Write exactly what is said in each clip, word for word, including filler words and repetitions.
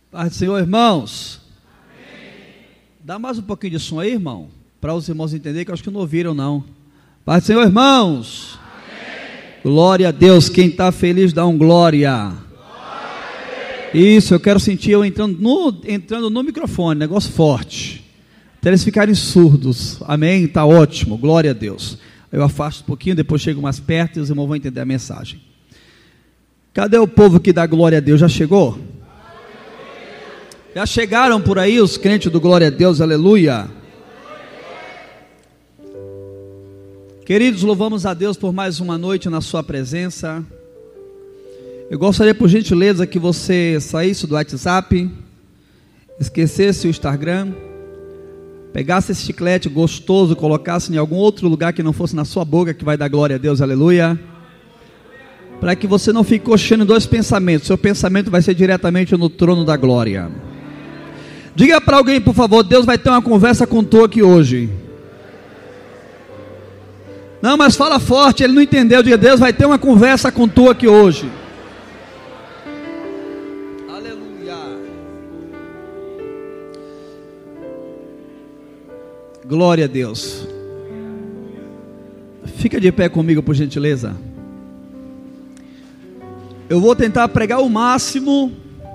Paz do Senhor, irmãos. Amém. Dá mais um pouquinho de som aí, irmão, para os irmãos entenderem, que eu acho que não ouviram não. Paz do Senhor, irmãos. Amém. Glória a Deus. Quem está feliz dá um glória. Glória. Isso, eu quero sentir eu entrando no, entrando no microfone, negócio forte, até eles ficarem surdos. Amém? Está ótimo, glória a Deus. Eu afasto um pouquinho, depois chego mais perto e os irmãos vão entender a mensagem. Cadê o povo que dá glória a Deus? Já chegou? Já chegaram por aí os crentes do glória a Deus, aleluia. Queridos, louvamos a Deus por mais uma noite na sua presença. Eu gostaria, por gentileza, que você saísse do WhatsApp, esquecesse o Instagram, pegasse esse chiclete gostoso, colocasse em algum outro lugar que não fosse na sua boca, que vai dar glória a Deus, aleluia. Para que você não fique coxando em dois pensamentos. Seu pensamento vai ser diretamente no trono da glória. Diga para alguém, por favor, Deus vai ter uma conversa com tu aqui hoje. Não, mas fala forte, ele não entendeu. Diga, Deus vai ter uma conversa com tu aqui hoje. Aleluia. Glória a Deus. Fica de pé comigo, por gentileza. Eu vou tentar pregar o máximo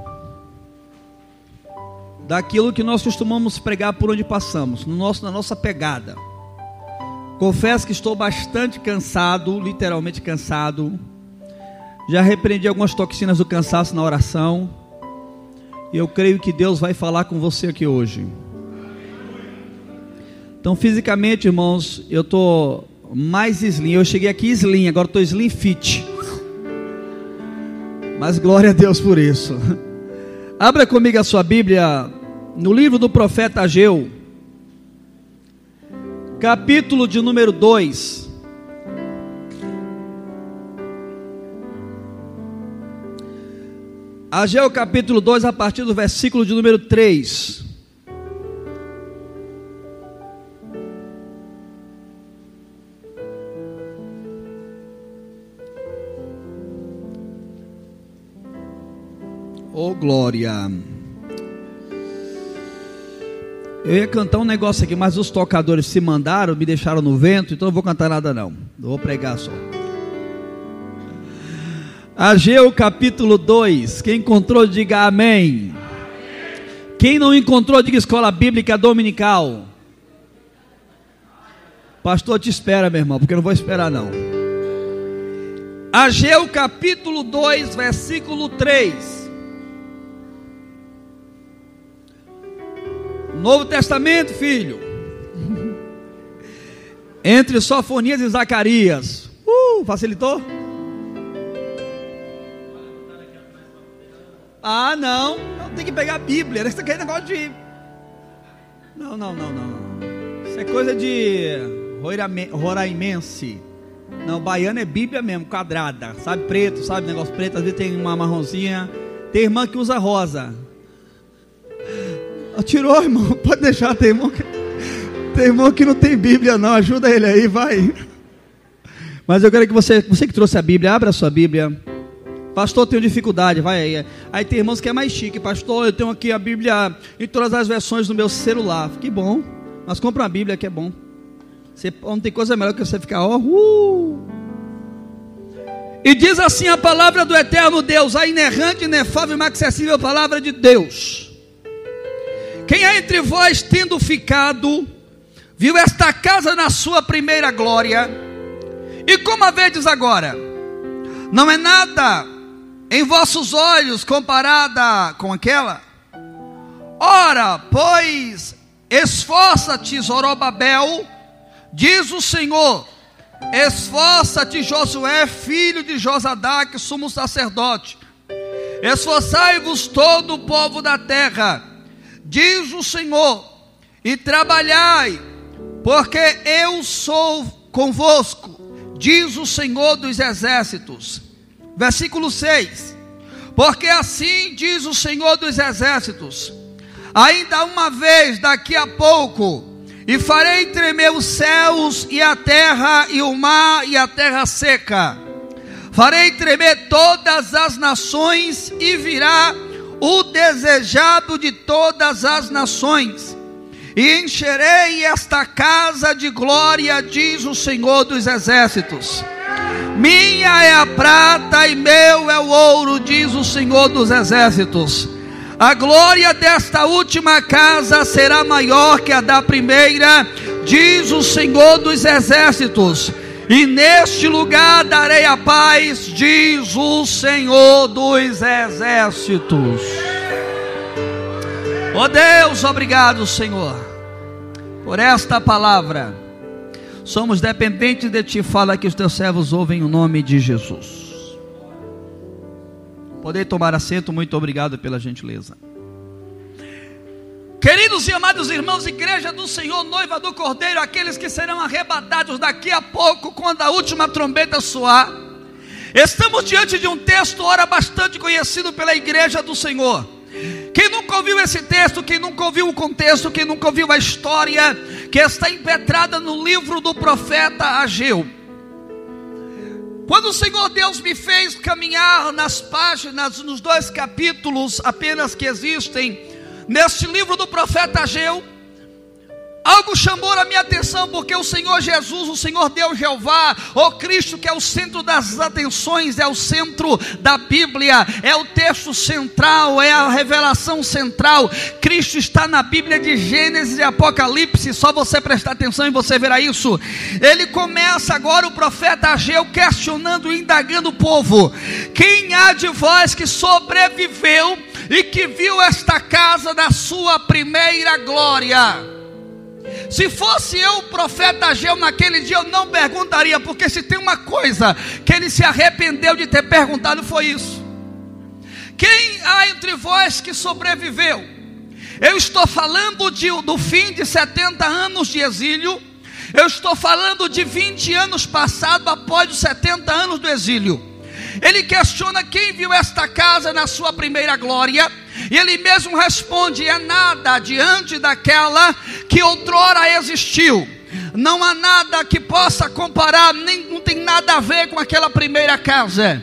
daquilo que nós costumamos pregar por onde passamos, no nosso, na nossa pegada. Confesso que estou bastante cansado, literalmente cansado. Já repreendi algumas toxinas do cansaço na oração. E eu creio que Deus vai falar com você aqui hoje. Então, fisicamente, irmãos, eu estou mais slim. Eu cheguei aqui slim, agora estou slim fit. Mas glória a Deus por isso. Abra comigo a sua Bíblia no livro do profeta Ageu, capítulo de número dois. Ageu capítulo dois, a partir do versículo de número três. Oh glória. Eu ia cantar um negócio aqui, mas os tocadores se mandaram, me deixaram no vento, então eu não vou cantar nada não, eu vou pregar só. Ageu capítulo dois. Quem encontrou diga amém. Quem não encontrou diga escola bíblica dominical. Pastor te espera, meu irmão, porque eu não vou esperar não. Ageu capítulo dois, versículo três. Novo Testamento, filho. Entre Sofonias e Zacarias. Uh, facilitou? Ah, não. Não tem que pegar a Bíblia. Isso aqui é negócio de... Não, não, não, não. Isso é coisa de roraimense. Não, baiano é Bíblia mesmo, quadrada. Sabe, preto, sabe, negócio preto. Às vezes tem uma marronzinha. Tem irmã que usa rosa. Tirou, irmão, pode deixar. Tem irmão, que, tem irmão que não tem Bíblia não, ajuda ele aí, vai. Mas eu quero que você, você que trouxe a Bíblia, abra a sua Bíblia. Pastor, tenho dificuldade, vai aí. Aí tem irmãos que é mais chique. Pastor, eu tenho aqui a Bíblia em todas as versões do meu celular. Que bom, mas compra uma Bíblia que é bom. Você, não tem coisa melhor que você ficar ó, uh. E diz assim a palavra do eterno Deus, a inerrante, inefável e inacessível palavra de Deus. Quem é entre vós, tendo ficado, viu esta casa na sua primeira glória, e como a vedes agora? Não é nada em vossos olhos comparada com aquela? Ora, pois, esforça-te, Zorobabel, diz o Senhor, esforça-te, Josué, filho de Josadaque, sumo sacerdote, esforçai-vos todo o povo da terra, diz o Senhor, e trabalhai, porque eu sou convosco, diz o Senhor dos exércitos. Versículo seis. Porque assim diz o Senhor dos exércitos: ainda uma vez daqui a pouco, e farei tremer os céus e a terra e o mar e a terra seca. Farei tremer todas as nações e virá o desejado de todas as nações, e encherei esta casa de glória, diz o Senhor dos Exércitos. Minha é a prata e meu é o ouro, diz o Senhor dos Exércitos. A glória desta última casa será maior que a da primeira, diz o Senhor dos Exércitos. E neste lugar darei a paz, diz o Senhor dos Exércitos. Oh Deus, obrigado, Senhor, por esta palavra. Somos dependentes de Ti. Fala que os Teus servos ouvem o nome de Jesus. Podem tomar assento, muito obrigado pela gentileza. Queridos e amados irmãos, igreja do Senhor, noiva do Cordeiro, aqueles que serão arrebatados daqui a pouco, quando a última trombeta soar, estamos diante de um texto, ora, bastante conhecido pela igreja do Senhor. Quem nunca ouviu esse texto, quem nunca ouviu o contexto, quem nunca ouviu a história, que está impetrada no livro do profeta Ageu. Quando o Senhor Deus me fez caminhar nas páginas, nos dois capítulos apenas que existem neste livro do profeta Ageu, algo chamou a minha atenção, porque o Senhor Jesus, o Senhor Deus Jeová, o Cristo, que é o centro das atenções, é o centro da Bíblia, é o texto central, é a revelação central. Cristo está na Bíblia de Gênesis e Apocalipse, só você prestar atenção e você verá isso. Ele começa agora, o profeta Ageu, questionando e indagando o povo: quem há de vós que sobreviveu e que viu esta casa da sua primeira glória? Se fosse eu o profeta Ageu naquele dia, eu não perguntaria, porque se tem uma coisa que ele se arrependeu de ter perguntado, foi isso: quem há entre vós que sobreviveu? Eu estou falando de, do fim de setenta anos de exílio. Eu estou falando de vinte anos passados, após os setenta anos do exílio. Ele questiona quem viu esta casa na sua primeira glória, e ele mesmo responde: é nada diante daquela que outrora existiu. Não há nada que possa comparar, nem, não tem nada a ver com aquela primeira casa.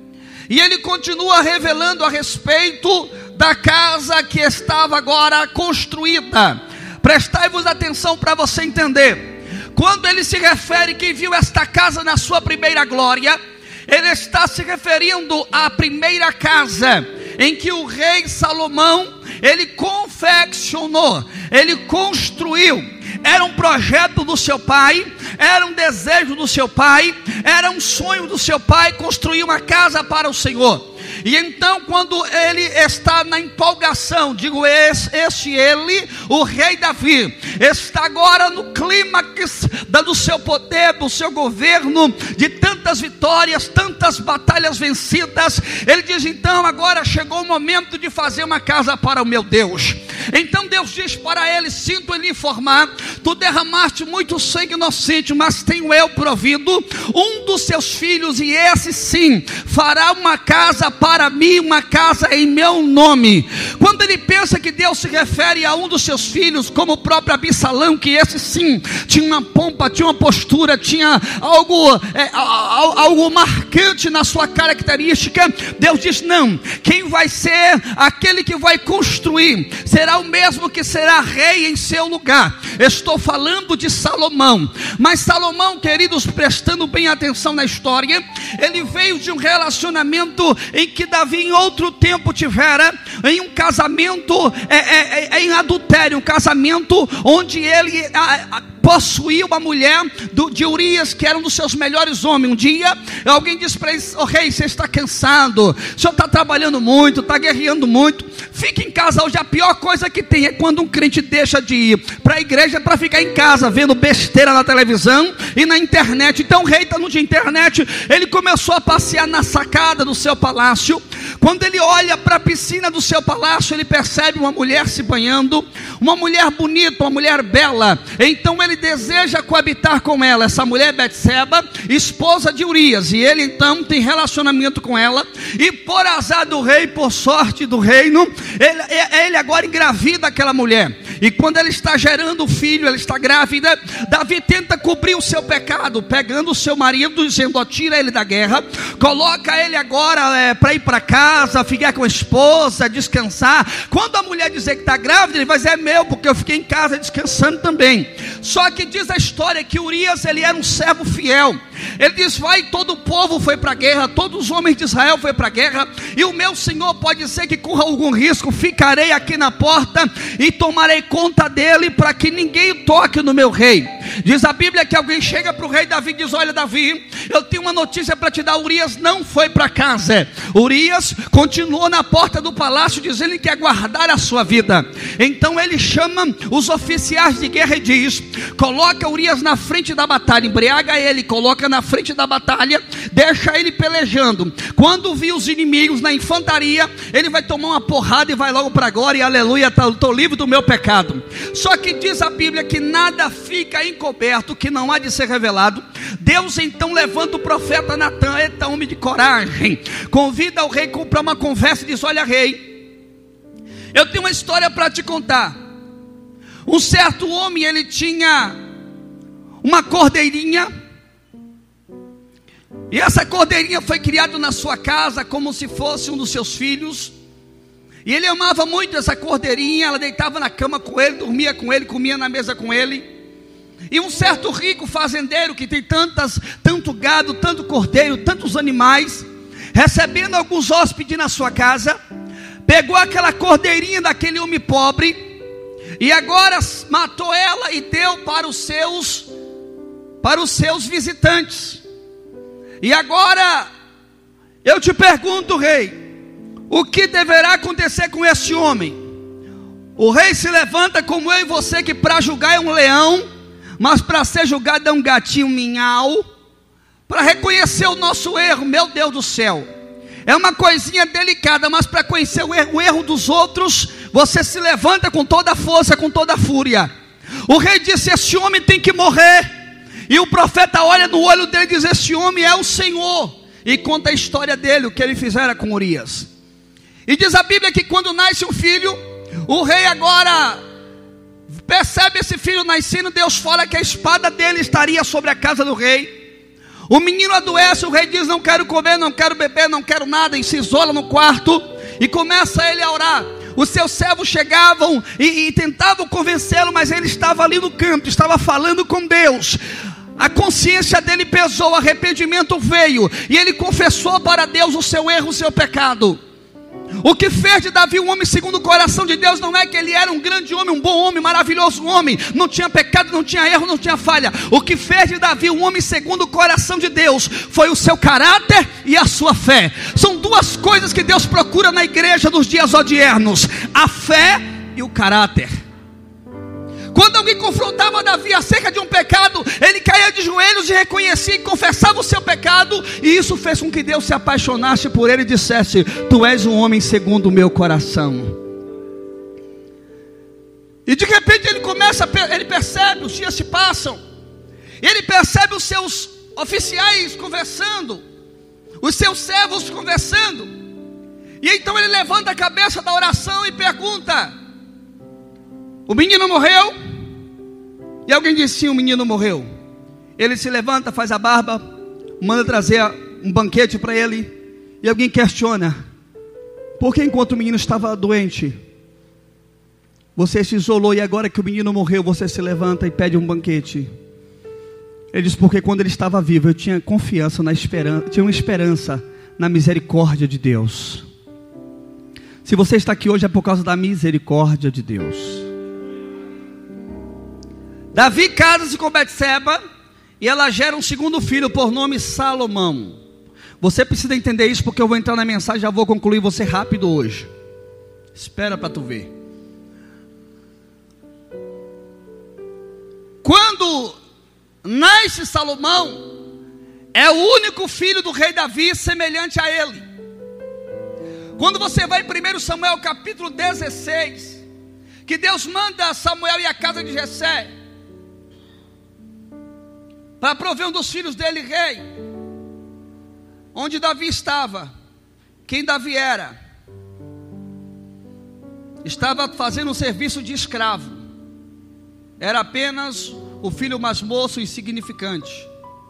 E ele continua revelando a respeito da casa que estava agora construída. Prestai-vos atenção para você entender. Quando ele se refere quem viu esta casa na sua primeira glória, ele está se referindo à primeira casa em que o rei Salomão, ele confeccionou, ele construiu. Era um projeto do seu pai, era um desejo do seu pai, era um sonho do seu pai construir uma casa para o Senhor. E então, quando ele está na empolgação, digo, esse, esse ele, o rei Davi, está agora no clímax do seu poder, do seu governo, de tantas vitórias, tantas batalhas vencidas. Ele diz: então agora chegou o momento de fazer uma casa para o meu Deus. Então Deus diz para ele: sinto lhe informar, tu derramaste muito sangue inocente, mas tenho eu provido um dos seus filhos, e esse sim fará uma casa para mim, uma casa em meu nome. Quando ele pensa que Deus se refere a um dos seus filhos, como o próprio Absalão, que esse sim tinha uma pompa, tinha uma postura, tinha algo, é, algo marcante na sua característica, Deus diz: não, quem vai ser aquele que vai construir será o mesmo que será rei em seu lugar. Estou falando de Salomão. Mas Salomão, queridos, prestando bem atenção na história, ele veio de um relacionamento em que Davi em outro tempo tivera, em um casamento é, é, é, em adultério, um casamento onde ele a, a, possuía uma mulher do, de Urias, que era um dos seus melhores homens. Um dia alguém disse para ele: oh, rei, você está cansado, o senhor está trabalhando muito, está guerreando muito, fique em casa hoje. A pior coisa que tem é quando um crente deixa de ir para a igreja para ficar em casa vendo besteira na televisão e na internet. Então o rei está no dia internet. Ele começou a passear na sacada do seu palácio. Quando ele olha para a piscina do seu palácio, ele percebe uma mulher se banhando, uma mulher bonita, uma mulher bela. Então ele deseja coabitar com ela. Essa mulher é Betseba, esposa de Urias, e ele então tem relacionamento com ela, e por azar do rei, por sorte do reino, ele, ele agora engravida aquela mulher. E quando ela está gerando o filho, ela está grávida, Davi tenta cobrir o seu pecado, pegando o seu marido, dizendo: ó, tira ele da guerra, coloca ele agora é, para ir para casa, ficar com a esposa, descansar. Quando a mulher dizer que está grávida, ele vai dizer: é meu, porque eu fiquei em casa descansando também. Só que diz a história que Urias, ele era um servo fiel. Ele diz: vai, todo o povo foi para a guerra, todos os homens de Israel foi para a guerra, e o meu senhor pode ser que corra algum risco, ficarei aqui na porta e tomarei conta dele, para que ninguém toque no meu rei. Diz a Bíblia que alguém chega para o rei Davi e diz: olha, Davi, eu tenho uma notícia para te dar. Urias não foi para casa. Urias continuou na porta do palácio, dizendo que ia guardar a sua vida. Então ele chama os oficiais de guerra e diz: coloca Urias na frente da batalha, embriaga ele, coloca na frente da batalha, deixa ele pelejando. Quando vir os inimigos na infantaria, ele vai tomar uma porrada e vai logo para agora, e aleluia, estou livre do meu pecado. Só que diz a Bíblia que nada fica encoberto que não há de ser revelado. Deus então levanta o profeta Natan, eita homem de coragem, convida o rei para uma conversa e diz: olha, rei, eu tenho uma história para te contar. Um certo homem, ele tinha uma cordeirinha, e essa cordeirinha foi criada na sua casa como se fosse um dos seus filhos. E ele amava muito essa cordeirinha, ela deitava na cama com ele, dormia com ele, comia na mesa com ele. E um certo rico fazendeiro que tem tantas, tanto gado, tanto cordeiro, tantos animais, recebendo alguns hóspedes na sua casa, pegou aquela cordeirinha daquele homem pobre e agora matou ela e deu para os seus, para os seus visitantes. E agora eu te pergunto, rei, o que deverá acontecer com esse homem? O rei se levanta como eu e você, que para julgar é um leão, mas para ser julgado é um gatinho minhau, para reconhecer o nosso erro. Meu Deus do céu, é uma coisinha delicada, mas para conhecer o erro, o erro dos outros, você se levanta com toda a força, com toda a fúria. O rei disse: esse homem tem que morrer. E o profeta olha no olho dele e diz: esse homem é o Senhor. E conta a história dele, o que ele fizera com Urias. E diz a Bíblia que quando nasce um filho, o rei agora percebe esse filho nascendo. Deus fala que a espada dele estaria sobre a casa do rei. O menino adoece, o rei diz: não quero comer, não quero beber, não quero nada. E se isola no quarto e começa ele a orar. Os seus servos chegavam e, e tentavam convencê-lo, mas ele estava ali no canto, estava falando com Deus. A consciência dele pesou, o arrependimento veio, e ele confessou para Deus o seu erro, o seu pecado. O que fez de Davi um homem segundo o coração de Deus não é que ele era um grande homem, um bom homem, maravilhoso homem, não tinha pecado, não tinha erro, não tinha falha. O que fez de Davi um homem segundo o coração de Deus foi o seu caráter e a sua fé. São duas coisas que Deus procura na igreja dos dias odiernos: a fé e o caráter. Quando alguém confrontava Davi acerca de um pecado, ele caía de joelhos e reconhecia e confessava o seu pecado, e isso fez com que Deus se apaixonasse por ele e dissesse: tu és um homem segundo o meu coração. E de repente ele começa, ele percebe, os dias se passam, e ele percebe os seus oficiais conversando, os seus servos conversando, e então ele levanta a cabeça da oração e pergunta: o menino morreu? E alguém disse: sim, o menino morreu. Ele se levanta, faz a barba, manda trazer um banquete para ele, e alguém questiona: por que enquanto o menino estava doente, você se isolou, e agora que o menino morreu, você se levanta e pede um banquete? Ele diz: porque quando ele estava vivo, eu tinha confiança na esperança, tinha uma esperança na misericórdia de Deus. Se você está aqui hoje é por causa da misericórdia de Deus. Davi casa-se com Betseba, e ela gera um segundo filho por nome Salomão. Você precisa entender isso, porque eu vou entrar na mensagem, já vou concluir você rápido hoje. Espera para tu ver. Quando nasce Salomão, é o único filho do rei Davi semelhante a ele. Quando você vai em primeiro Samuel capítulo dezesseis, que Deus manda Samuel ir à casa de Jessé para prover um dos filhos dele rei. Onde Davi estava? Quem Davi era? Estava fazendo um serviço de escravo. era apenas o filho mais moço e insignificante.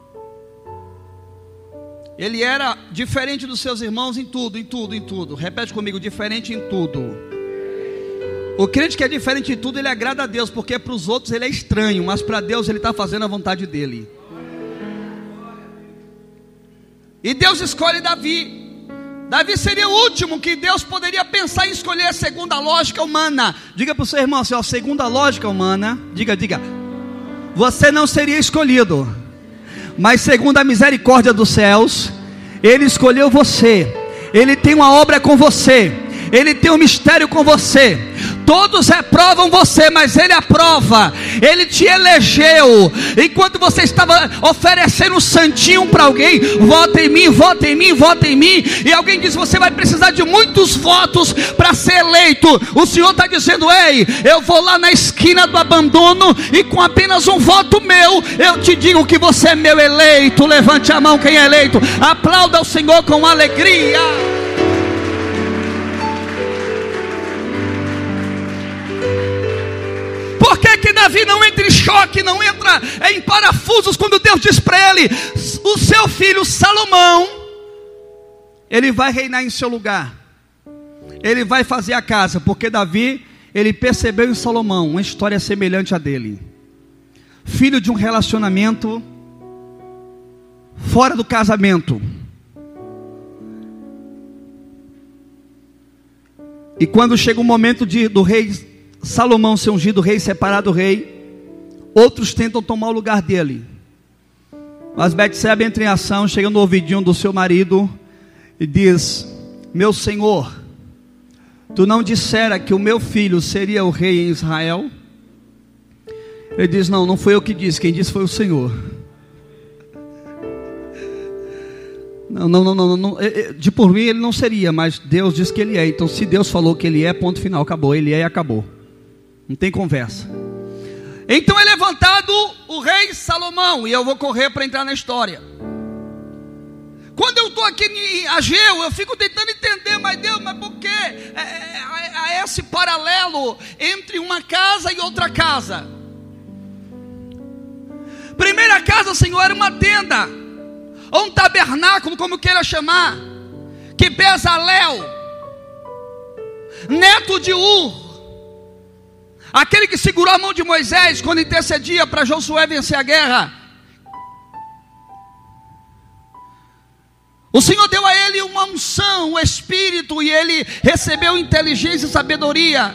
Ele era diferente dos seus irmãos em tudo, em tudo, em tudo. Repete comigo, diferente em tudo. O crente que é diferente em tudo, ele agrada a Deus, porque para os outros ele é estranho, mas para Deus ele está fazendo a vontade dele. E Deus escolhe Davi. Davi seria o último que Deus poderia pensar em escolher segundo a lógica humana. Diga para o seu irmão assim, ó, segundo a lógica humana, diga, diga, você não seria escolhido, mas segundo a misericórdia dos céus, Ele escolheu você. Ele tem uma obra com você, Ele tem um mistério com você. Todos reprovam você, mas Ele aprova. Ele te elegeu. Enquanto você estava oferecendo um santinho para alguém, vota em mim, vota em mim, vota em mim, e alguém diz, você vai precisar de muitos votos para ser eleito. O Senhor está dizendo, ei, eu vou lá na esquina do abandono, e com apenas um voto meu, eu te digo que você é meu eleito. Levante a mão quem é eleito. Aplauda o Senhor com alegria. Por que que Davi não entra em choque, não entra em parafusos quando Deus diz para ele, o seu filho Salomão, ele vai reinar em seu lugar, ele vai fazer a casa, porque Davi, ele percebeu em Salomão uma história semelhante à dele, filho de um relacionamento fora do casamento. E quando chega o momento de, do rei Salomão ser ungido rei, separado rei, outros tentam tomar o lugar dele, mas Betseba entra em ação, chega no ouvidinho do seu marido e diz, meu senhor, tu não dissera que o meu filho seria o rei em Israel? Ele diz, não, não foi eu que disse, quem disse foi o Senhor. Não, não, não, não, não, de por mim ele não seria, mas Deus diz que ele é. Então se Deus falou que ele é, ponto final, acabou, ele é e acabou, não tem conversa. Então é levantado o rei Salomão, e eu vou correr para entrar na história. Quando eu estou aqui em Ageu, eu fico tentando entender, mas Deus, mas por que é, é, é esse paralelo entre uma casa e outra casa? Primeira casa, Senhor, era uma tenda, ou um tabernáculo, como queira chamar, que Bezalel, neto de Ur, aquele que segurou a mão de Moisés quando intercedia para Josué vencer a guerra, o Senhor deu a ele uma unção, o Espírito, e ele recebeu inteligência e sabedoria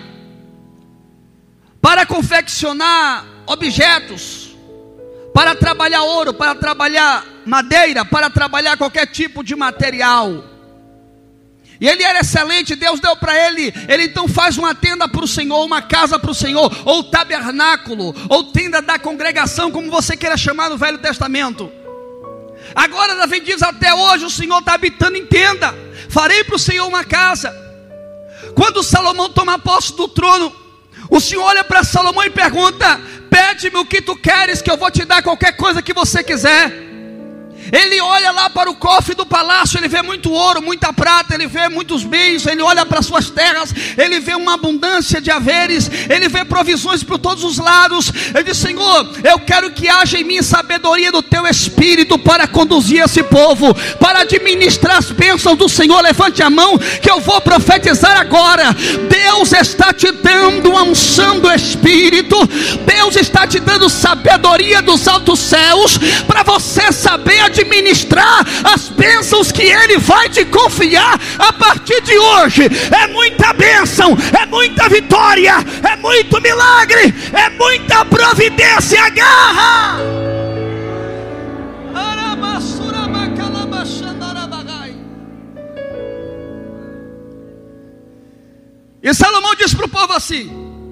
para confeccionar objetos, para trabalhar ouro, para trabalhar madeira, para trabalhar qualquer tipo de material. E ele era excelente, Deus deu para ele. Ele então faz uma tenda para o Senhor, uma casa para o Senhor, ou tabernáculo, ou tenda da congregação, como você queira chamar no Velho Testamento. Agora Davi diz, até hoje o Senhor está habitando em tenda, farei para o Senhor uma casa. Quando Salomão toma posse do trono, o Senhor olha para Salomão e pergunta, pede-me o que tu queres, que eu vou te dar qualquer coisa que você quiser. Ele olha lá para o cofre do palácio, ele vê muito ouro, muita prata, ele vê muitos bens, ele olha para suas terras, ele vê uma abundância de haveres, ele vê provisões por todos os lados. Ele diz, Senhor, eu quero que haja em mim sabedoria do teu Espírito para conduzir esse povo, para administrar as bênçãos do Senhor. Levante a mão que eu vou profetizar agora. Deus está te dando uma unção do Espírito, Deus está te dando sabedoria dos altos céus, para você saber administrar as bênçãos que Ele vai te confiar a partir de hoje. É muita bênção, é muita vitória, é muito milagre, é muita providência. Agarra! E Salomão diz para o povo assim,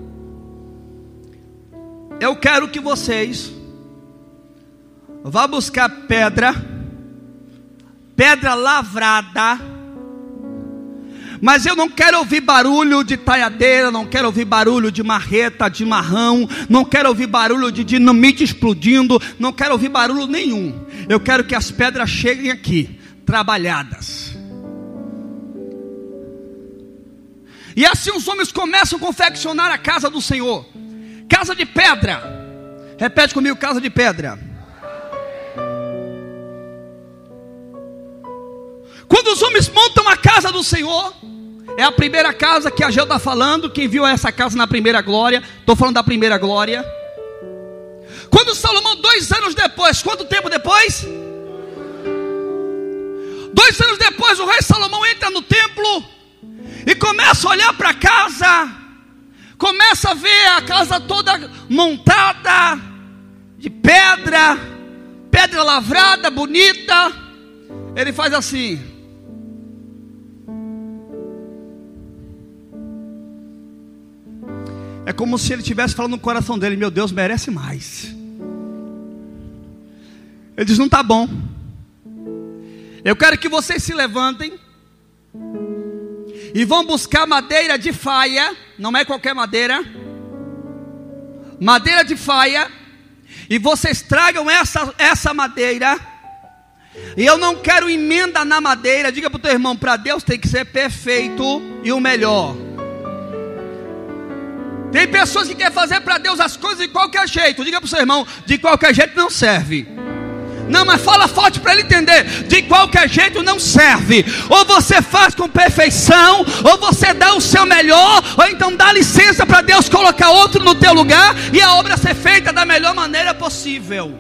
eu quero que vocês vá buscar pedra, pedra lavrada, mas eu não quero ouvir barulho de taiadeira, não quero ouvir barulho de marreta, de marrão, não quero ouvir barulho de dinamite explodindo, não quero ouvir barulho nenhum. Eu quero que as pedras cheguem aqui, trabalhadas. E assim os homens começam a confeccionar a casa do Senhor, casa de pedra. Repete comigo, casa de pedra. Quando os homens montam a casa do Senhor, é a primeira casa que Ageu está falando. Quem viu essa casa na primeira glória? Estou falando da primeira glória. Quando Salomão, dois anos depois, quanto tempo depois? Dois anos depois, o rei Salomão entra no templo e começa a olhar para a casa, começa a ver a casa toda montada de pedra, pedra lavrada, bonita. Ele faz assim: é como se ele estivesse falando no coração dele: meu Deus, merece mais. Ele diz: não está bom. Eu quero que vocês se levantem e vão buscar madeira de faia. Não é qualquer madeira, madeira de faia. E vocês tragam essa, essa madeira. E eu não quero emenda na madeira. Diga para o teu irmão: para Deus tem que ser perfeito e o melhor. Tem pessoas que querem fazer para Deus as coisas de qualquer jeito. Diga para o seu irmão: de qualquer jeito não serve. Não, mas fala forte para ele entender. De qualquer jeito não serve. Ou você faz com perfeição, ou você dá o seu melhor, ou então dá licença para Deus colocar outro no teu lugar e a obra ser feita da melhor maneira possível.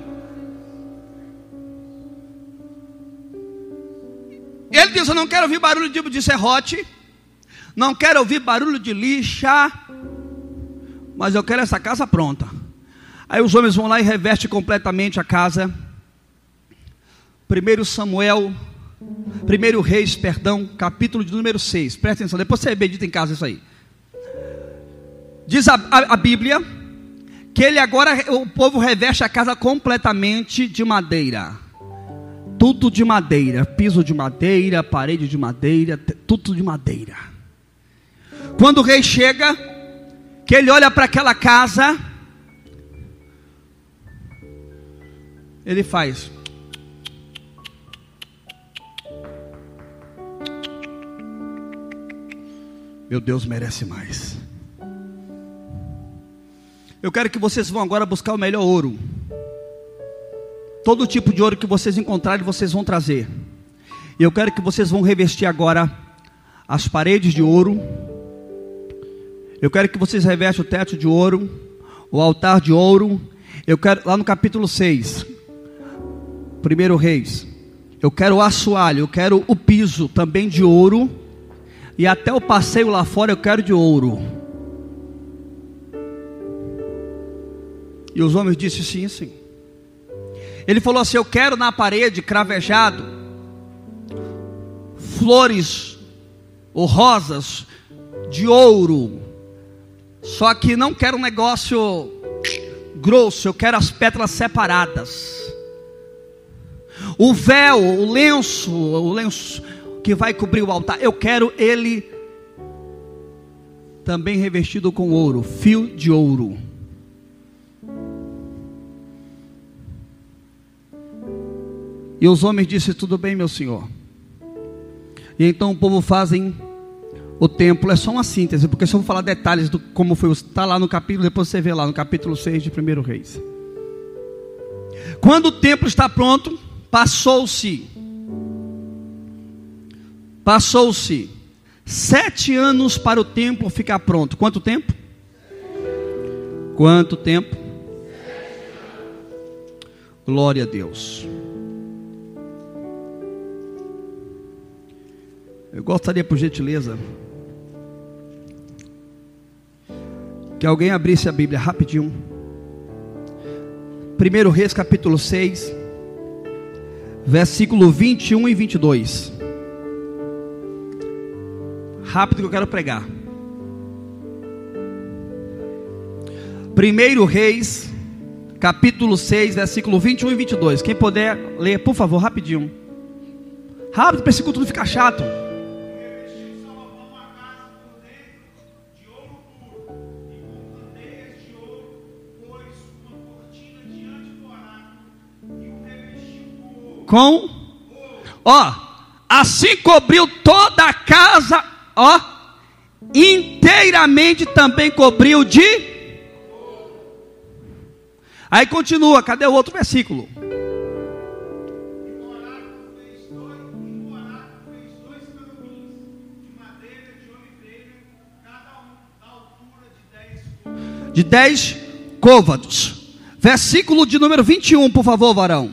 Ele diz: eu não quero ouvir barulho de, de serrote, não quero ouvir barulho de lixa, mas eu quero essa casa pronta. Aí os homens vão lá e revestem completamente a casa. Primeiro Samuel, Primeiro Reis, perdão, capítulo de número seis. Presta atenção, depois você medita em casa isso aí. Diz a, a, a Bíblia que ele agora, o povo reveste a casa completamente de madeira. Tudo de madeira, piso de madeira, parede de madeira, tudo de madeira. Quando o rei chega, que ele olha para aquela casa, ele faz: meu Deus, merece mais. Eu quero que vocês vão agora buscar o melhor ouro. Todo tipo de ouro que vocês encontrarem, vocês vão trazer. E eu quero que vocês vão revestir agora as paredes de ouro. Eu quero que vocês revestam o teto de ouro, o altar de ouro. Eu quero, lá no capítulo seis, Primeiro Reis, eu quero o assoalho, eu quero o piso também de ouro. E até o passeio lá fora eu quero de ouro. E os homens disseram sim, sim. Ele falou assim: eu quero na parede cravejado flores ou rosas de ouro. Só que não quero um negócio grosso, eu quero as pétalas separadas. O véu, o lenço, o lenço que vai cobrir o altar, eu quero ele também revestido com ouro, fio de ouro. E os homens disseram: tudo bem, meu senhor. E então o povo fazem o templo. É só uma síntese, porque se eu vou falar detalhes do como foi, está lá no capítulo, depois você vê lá no capítulo seis de Primeiro Reis. Quando o templo está pronto, passou-se Passou-se sete anos para o templo ficar pronto. Quanto tempo? Quanto tempo? Glória a Deus. Eu gostaria, por gentileza, que alguém abrisse a Bíblia rapidinho. Primeiro Reis capítulo seis, versículo vinte e um e vinte e dois. Rápido que eu quero pregar. Primeiro Reis capítulo seis, versículo vinte e um e vinte e dois. Quem puder ler, por favor, rapidinho. Rápido, para esse culto não ficar chato. Com, ó, assim cobriu toda a casa, ó, inteiramente também cobriu de. Aí continua, cadê o outro versículo? De dez côvados. Versículo de número vinte e um, por favor, varão.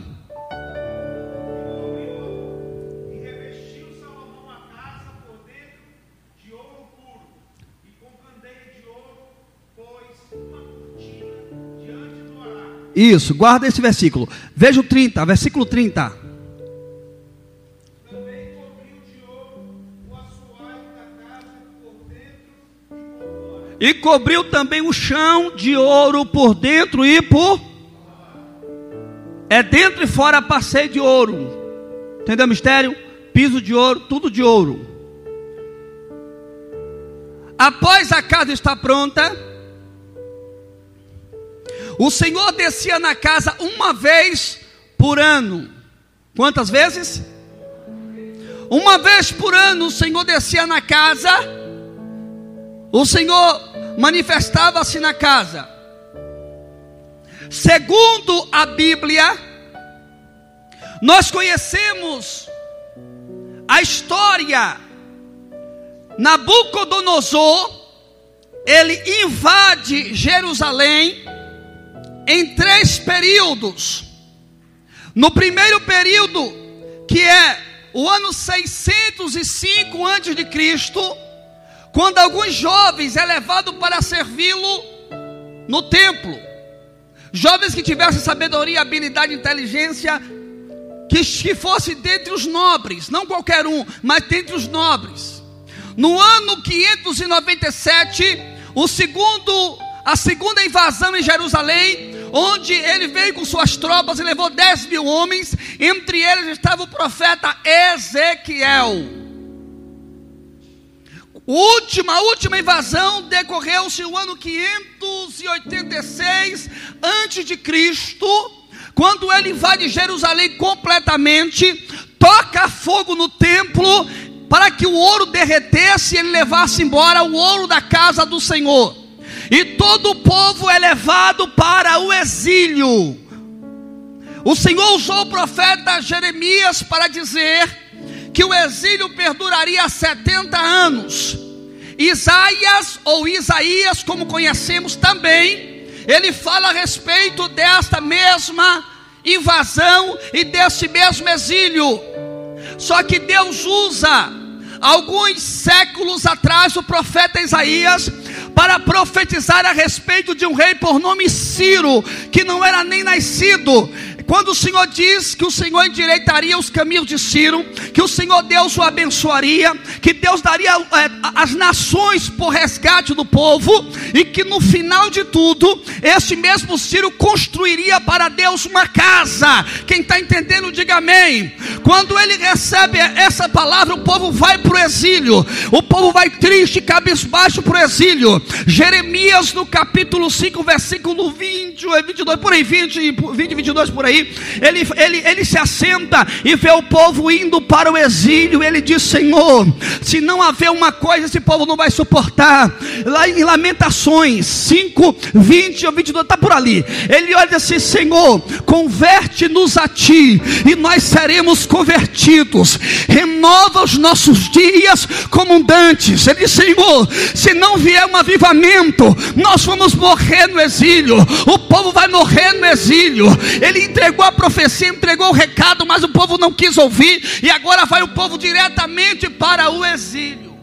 E revestiu Salomão a casa por dentro de ouro puro, e com candeia de ouro pôs uma cortina diante do oráculo. Isso, guarda esse versículo. Veja o trinta, versículo trinta. Também cobriu de ouro o assoalho da casa por dentro e por fora. E cobriu também o chão de ouro por dentro e por... É dentro e fora passeio de ouro. Entendeu o mistério? Piso de ouro, tudo de ouro. Após a casa estar pronta, o Senhor descia na casa uma vez por ano. Quantas vezes? Uma vez por ano o Senhor descia na casa. O Senhor manifestava-se na casa. Segundo a Bíblia, nós conhecemos a história. Nabucodonosor, ele invade Jerusalém em três períodos. No primeiro período, que é o ano seiscentos e cinco antes de Cristo, quando alguns jovens é levado para servi-lo no templo, jovens que tivessem sabedoria, habilidade, inteligência, que, que fosse dentre os nobres, não qualquer um, mas dentre os nobres. No ano quinhentos e noventa e sete, o segundo, a segunda invasão em Jerusalém, onde ele veio com suas tropas e levou dez mil homens, entre eles estava o profeta Ezequiel. Última, a última invasão decorreu-se no ano quinhentos e oitenta e seis antes de Cristo, quando ele invade Jerusalém completamente, toca fogo no templo para que o ouro derretesse e ele levasse embora o ouro da casa do Senhor. E todo o povo é levado para o exílio. O Senhor usou o profeta Jeremias para dizer que o exílio perduraria setenta anos. Isaías, ou Isaías, como conhecemos também, ele fala a respeito desta mesma invasão e desse mesmo exílio. Só que Deus usa, alguns séculos atrás, o profeta Isaías para profetizar a respeito de um rei por nome Ciro, que não era nem nascido. Quando o Senhor diz que o Senhor endireitaria os caminhos de Ciro, que o Senhor Deus o abençoaria, que Deus daria é, as nações por resgate do povo, e que no final de tudo, este mesmo Ciro construiria para Deus uma casa. Quem está entendendo, diga amém. Quando ele recebe essa palavra, o povo vai para o exílio, o povo vai triste, cabisbaixo para o exílio. Jeremias no capítulo cinco, versículo vinte, vinte e dois, por aí, vinte, vinte, vinte e dois, por aí, Ele, ele, ele se assenta e vê o povo indo para o exílio. Ele diz: Senhor, se não haver uma coisa, esse povo não vai suportar. Lá em Lamentações cinco, vinte ou vinte e dois, está por ali. Ele olha assim: Senhor, converte-nos a ti e nós seremos convertidos. Renova os nossos dias como dantes. Ele diz: Senhor, se não vier um avivamento, nós vamos morrer no exílio. O povo vai morrer no exílio. Ele entregou a profecia, entregou o recado, mas o povo não quis ouvir, e agora vai o povo diretamente para o exílio.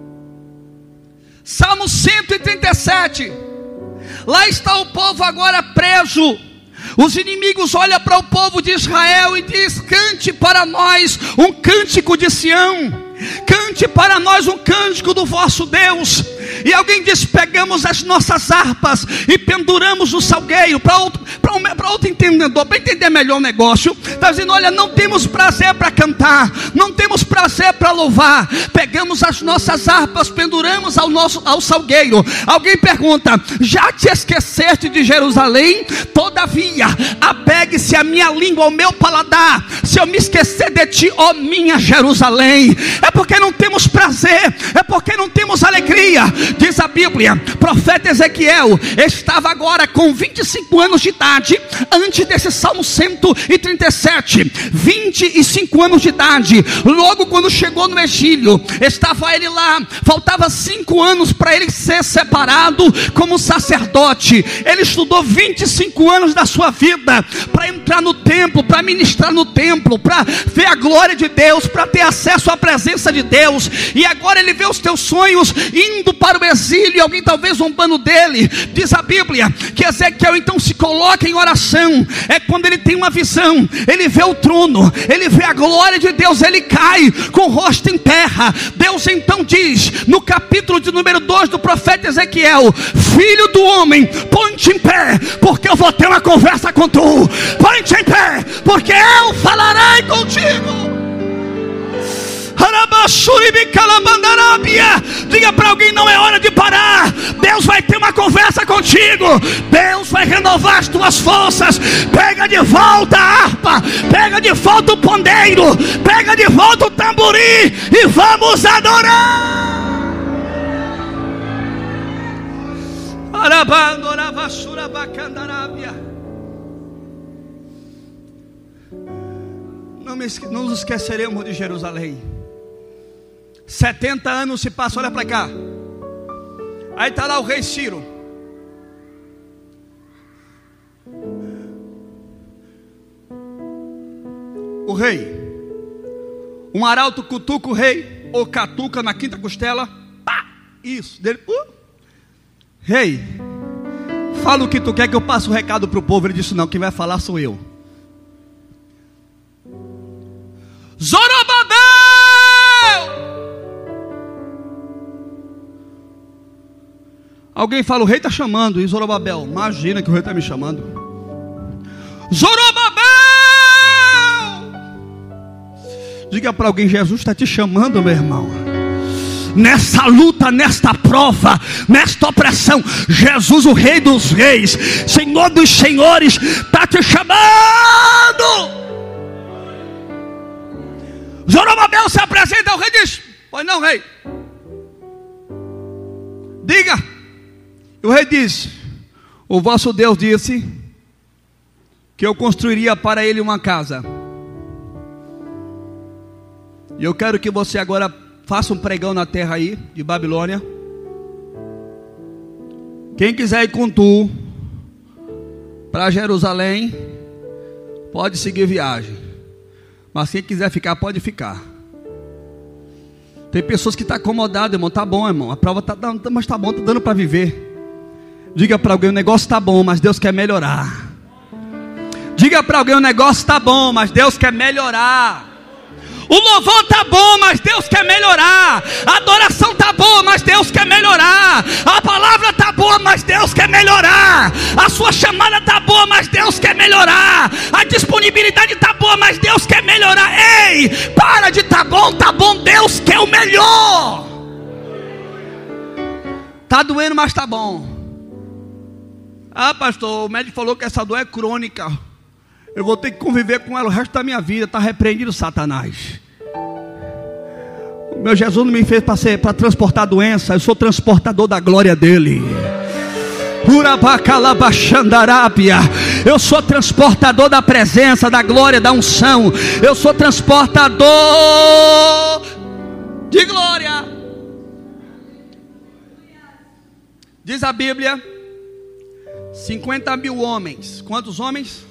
Salmo cento e trinta e sete, lá está o povo agora preso. Os inimigos olham para o povo de Israel e diz: cante para nós um cântico de Sião, cante para nós um cântico do vosso Deus. E alguém diz: pegamos as nossas harpas e penduramos no salgueiro. Para outro, para outro entendedor, para entender melhor o negócio, está dizendo: olha, não temos prazer para cantar, não temos prazer para louvar. Pegamos as nossas harpas, penduramos ao, nosso, ao salgueiro. Alguém pergunta: já te esqueceste de Jerusalém? Todavia, apegue-se a minha língua ao meu paladar, se eu me esquecer de ti, ó minha Jerusalém. É porque não temos prazer, é porque não temos alegria. Diz a Bíblia, profeta Ezequiel estava agora com vinte e cinco anos de idade, idade, antes desse Salmo cento e trinta e sete, vinte e cinco anos de idade, logo quando chegou no exílio, estava ele lá, faltava cinco anos para ele ser separado como sacerdote. Ele estudou vinte e cinco anos da sua vida para entrar no templo, para ministrar no templo, para ver a glória de Deus, para ter acesso à presença de Deus. E agora ele vê os teus sonhos indo para o exílio, e alguém talvez zombando dele. Diz a Bíblia que Ezequiel então se coloca em oração. É quando ele tem uma visão, ele vê o trono, ele vê a glória de Deus, ele cai com o rosto em terra. Deus então diz no capítulo de número dois do profeta Ezequiel: filho do homem, põe-te em pé, porque eu vou ter uma conversa com tu. Põe-te em pé, porque eu falarei contigo. Diga para alguém: não é hora de parar. Deus vai ter uma conversa contigo. Deus vai renovar as tuas forças. Pega de volta a harpa, pega de volta o pandeiro, pega de volta o tamborim e vamos adorar. Não, me, não nos esqueceremos de Jerusalém. setenta anos se passam, olha para cá. Aí está lá o rei Ciro. O rei, um arauto cutuca o rei, ou catuca na quinta costela. Pá, isso, dele. Uh. Rei, fala o que tu quer que eu passe o recado para o povo. Ele disse: não, quem vai falar sou eu. Zorobabel! Alguém fala: o rei está chamando. E Zorobabel: imagina que o rei está me chamando. Zorobabel! Diga para alguém: Jesus está te chamando, meu irmão. Nessa luta, nesta prova, nesta opressão, Jesus, o rei dos reis, Senhor dos senhores, está te chamando. Zorobabel se apresenta ao rei e diz: pois não, rei, diga. O rei diz: o vosso Deus disse que eu construiria para ele uma casa, e eu quero que você agora faça um pregão na terra aí de Babilônia. Quem quiser ir com tu para Jerusalém, pode seguir viagem, mas quem quiser ficar, pode ficar. Tem pessoas que estão acomodadas, irmão. Tá bom, irmão, a prova está dando, mas tá bom, está dando para viver. Diga para alguém: o negócio está bom, mas Deus quer melhorar. Diga para alguém: o negócio está bom, mas Deus quer melhorar. O louvor está bom, mas Deus quer melhorar. A adoração está boa, mas Deus quer melhorar. A palavra está boa, mas Deus quer melhorar. A sua chamada está boa, mas Deus quer melhorar. A disponibilidade está boa, mas Deus quer melhorar. Ei, para de tá bom, tá bom, Deus quer o melhor. Tá doendo, mas tá bom. Ah, pastor, o médico falou que essa dor é crônica. Eu vou ter que conviver com ela o resto da minha vida. Está repreendido, Satanás. O meu Jesus não me fez para transportar doença. Eu sou transportador da glória dele. Eu sou transportador da presença, da glória, da unção. Eu sou transportador de glória. Diz a Bíblia: cinquenta mil homens. Quantos homens?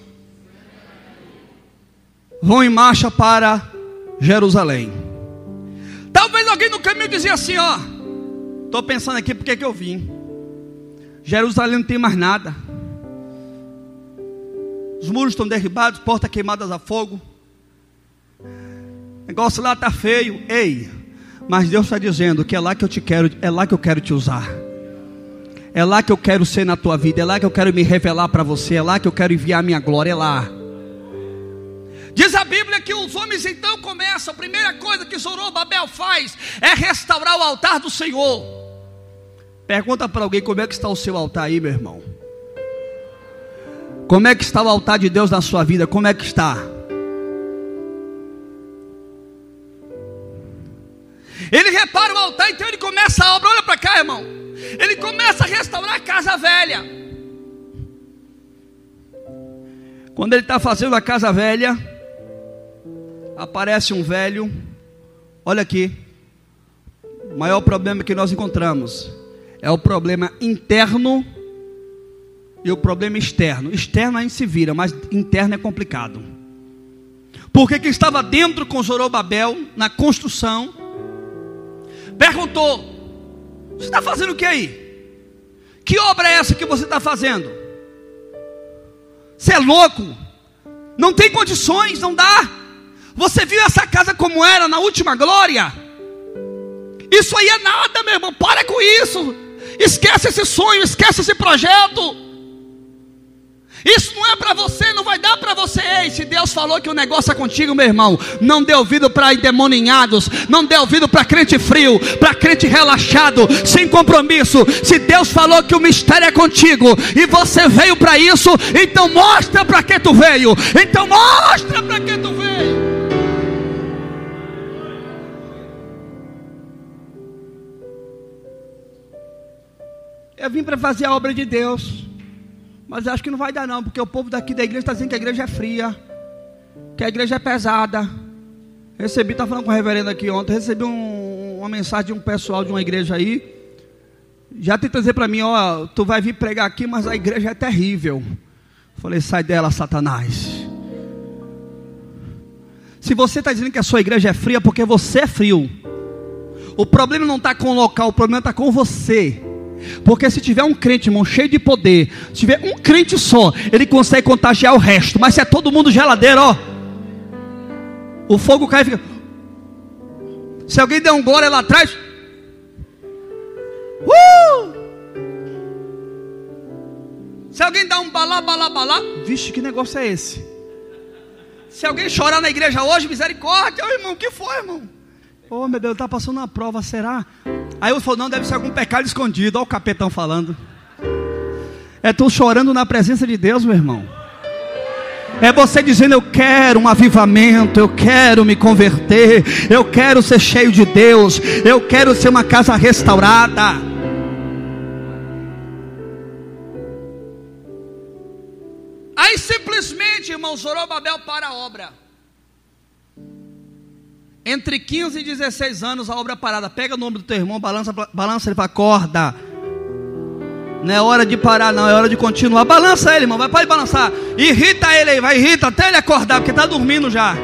Vão em marcha para Jerusalém. Talvez alguém no caminho dizia assim: ó, estou pensando aqui porque que eu vim. Jerusalém não tem mais nada. Os muros estão derribados, portas queimadas a fogo. O negócio lá está feio. Ei, mas Deus está dizendo que é lá que eu te quero, é lá que eu quero te usar. É lá que eu quero ser na tua vida. É lá que eu quero me revelar para você. É lá que eu quero enviar a minha glória. É lá. Diz a Bíblia que os homens então começam. A primeira coisa que Zorobabel faz é restaurar o altar do Senhor. Pergunta para alguém: como é que está o seu altar aí, meu irmão? Como é que está o altar de Deus na sua vida? Como é que está? Ele repara o altar, então ele começa a obra. Olha para cá, irmão. Ele começa a restaurar a casa velha. Quando ele está fazendo a casa velha, aparece um velho. Olha aqui, o maior problema que nós encontramos é o problema interno e o problema externo. Externo a gente se vira, mas interno é complicado. Porque quem estava dentro com Zorobabel, na construção, perguntou: você está fazendo o que aí? Que obra é essa que você está fazendo? Você é louco? Não tem condições, não dá. Você viu essa casa como era na última glória? Isso aí é nada, meu irmão, para com isso. Esquece esse sonho, esquece esse projeto. Isso não é para você, não vai dar para você. Ei, se Deus falou que o negócio é contigo, meu irmão, não dê ouvido para endemoninhados, não dê ouvido para crente frio, para crente relaxado, sem compromisso. Se Deus falou que o mistério é contigo e você veio para isso, então mostra para que tu veio. Então mostra para que tu veio. Eu vim para fazer a obra de Deus, mas acho que não vai dar não, porque o povo daqui da igreja está dizendo que a igreja é fria, que a igreja é pesada. Recebi, estava falando com o reverendo aqui ontem, recebi um, uma mensagem de um pessoal de uma igreja aí, já tenta dizer para mim: ó, tu vai vir pregar aqui, mas a igreja é terrível. Falei: sai dela, Satanás. Se você está dizendo que a sua igreja é fria, porque você é frio. O problema não está com o local, o problema está com você. Porque se tiver um crente, irmão, cheio de poder, se tiver um crente só, ele consegue contagiar o resto. Mas se é todo mundo geladeiro, ó, o fogo cai e fica. Se alguém der um glória lá atrás, uh! Se alguém dá um balá, balá, balá, vixe, que negócio é esse? Se alguém chorar na igreja hoje, misericórdia, ô irmão, o que foi, irmão? Oh meu Deus, está passando uma prova, será? Aí eu falo: não, deve ser algum pecado escondido. Olha o capetão falando. É tu chorando na presença de Deus, meu irmão. É você dizendo: eu quero um avivamento, eu quero me converter, eu quero ser cheio de Deus, eu quero ser uma casa restaurada. Aí simplesmente, irmão, Zorobabel para a obra. Entre quinze e dezesseis anos a obra parada. Pega o nome do teu irmão, balança, balança ele para acorda. Não é hora de parar não, é hora de continuar. Balança ele, irmão, vai, pode balançar. Irrita ele aí, vai, irrita até ele acordar, porque está dormindo já.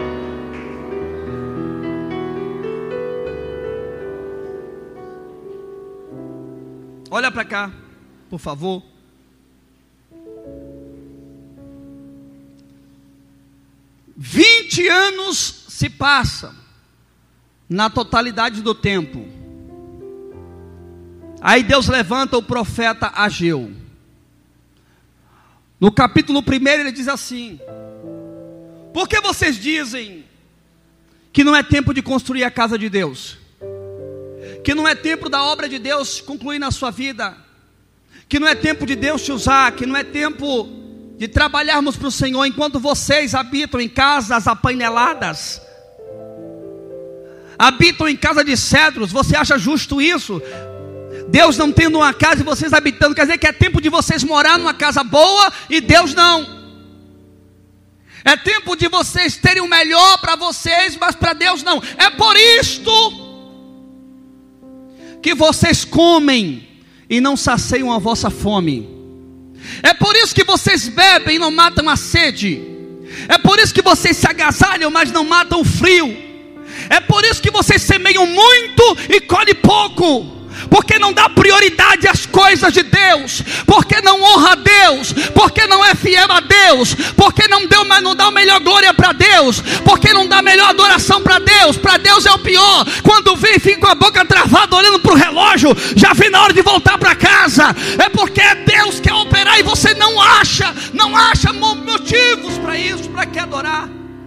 Olha para cá, por favor. Vinte anos se passam na totalidade do tempo. Aí Deus levanta o profeta Ageu. No capítulo primeiro ele diz assim: por que vocês dizem que não é tempo de construir a casa de Deus? Que não é tempo da obra de Deus concluir na sua vida? Que não é tempo de Deus te usar? Que não é tempo de trabalharmos para o Senhor enquanto vocês habitam em casas apaineladas? Habitam em casa de cedros? Você acha justo isso? Deus não tendo uma casa e vocês habitando, quer dizer que é tempo de vocês morar numa casa boa e Deus não. É tempo de vocês terem o melhor para vocês, mas para Deus não. É por isto que vocês comem e não saciam a vossa fome. É por isso que vocês bebem e não matam a sede. É por isso que vocês se agasalham, mas não matam o frio. É por isso que vocês semeiam muito e colhem pouco, porque não dá prioridade às coisas de Deus, porque não honra a Deus, porque não é fiel a Deus, porque não, deu, não dá a melhor glória para Deus, porque não dá a melhor adoração para Deus. Para Deus é o pior. Quando vem, fica com a boca travada olhando para o relógio, já vem na hora de voltar para casa. É porque é Deus que quer operar e você não acha, não acha motivos para isso, para que adorar.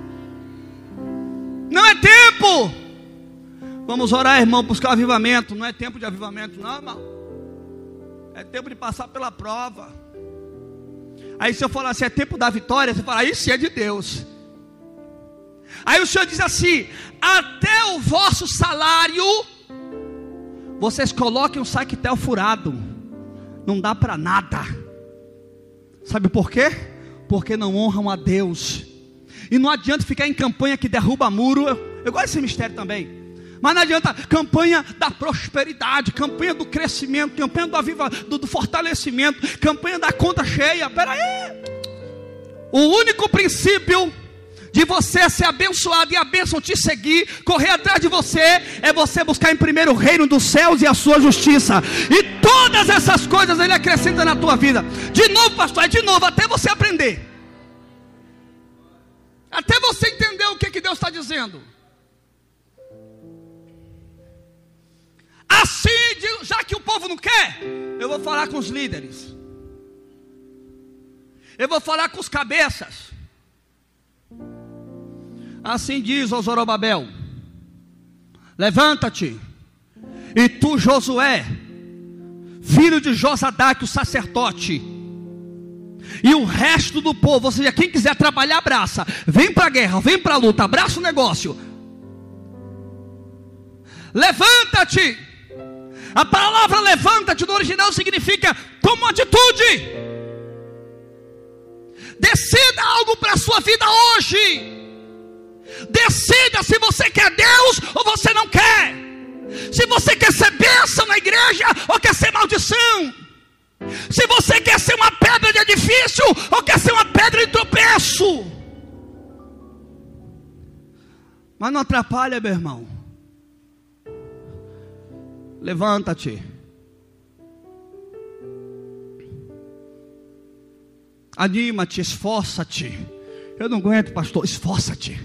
Não é tempo. Vamos orar, irmão, buscar avivamento. Não é tempo de avivamento, não, irmão. É tempo de passar pela prova. Aí se eu falar assim, é tempo da vitória, você fala, isso é de Deus. Aí o Senhor diz assim: até o vosso salário vocês coloquem um saquetel furado, não dá para nada. Sabe por quê? porque não honram a Deus. E não adianta ficar em campanha que derruba muro. Eu, eu gosto desse mistério também. Mas não adianta, campanha da prosperidade, campanha do crescimento, campanha do, aviva, do, do fortalecimento, campanha da conta cheia. Espera aí. O único princípio de você ser abençoado e a bênção te seguir, correr atrás de você, é você buscar em primeiro o reino dos céus e a sua justiça. E todas essas coisas Ele acrescenta na tua vida. De novo, pastor, é de novo, até você aprender. Até você entender o que, que Deus está dizendo. Assim, já que o povo não quer, eu vou falar com os líderes. Eu vou falar com os cabeças. Assim diz, ó Zorobabel: levanta-te, e tu, Josué, filho de Josadaque, o sacerdote, e o resto do povo, ou seja, quem quiser trabalhar, abraça. Vem para a guerra, vem para a luta, abraça o negócio. Levanta-te. A palavra levanta-te no original significa toma uma atitude. Decida algo para a sua vida hoje. Decida se você quer Deus ou você não quer. Se você quer ser bênção na igreja ou quer ser maldição. Se você quer ser uma pedra de edifício ou quer ser uma pedra de tropeço. Mas não atrapalha, meu irmão. Levanta-te. Anima-te, esforça-te. Eu não aguento, pastor, esforça-te.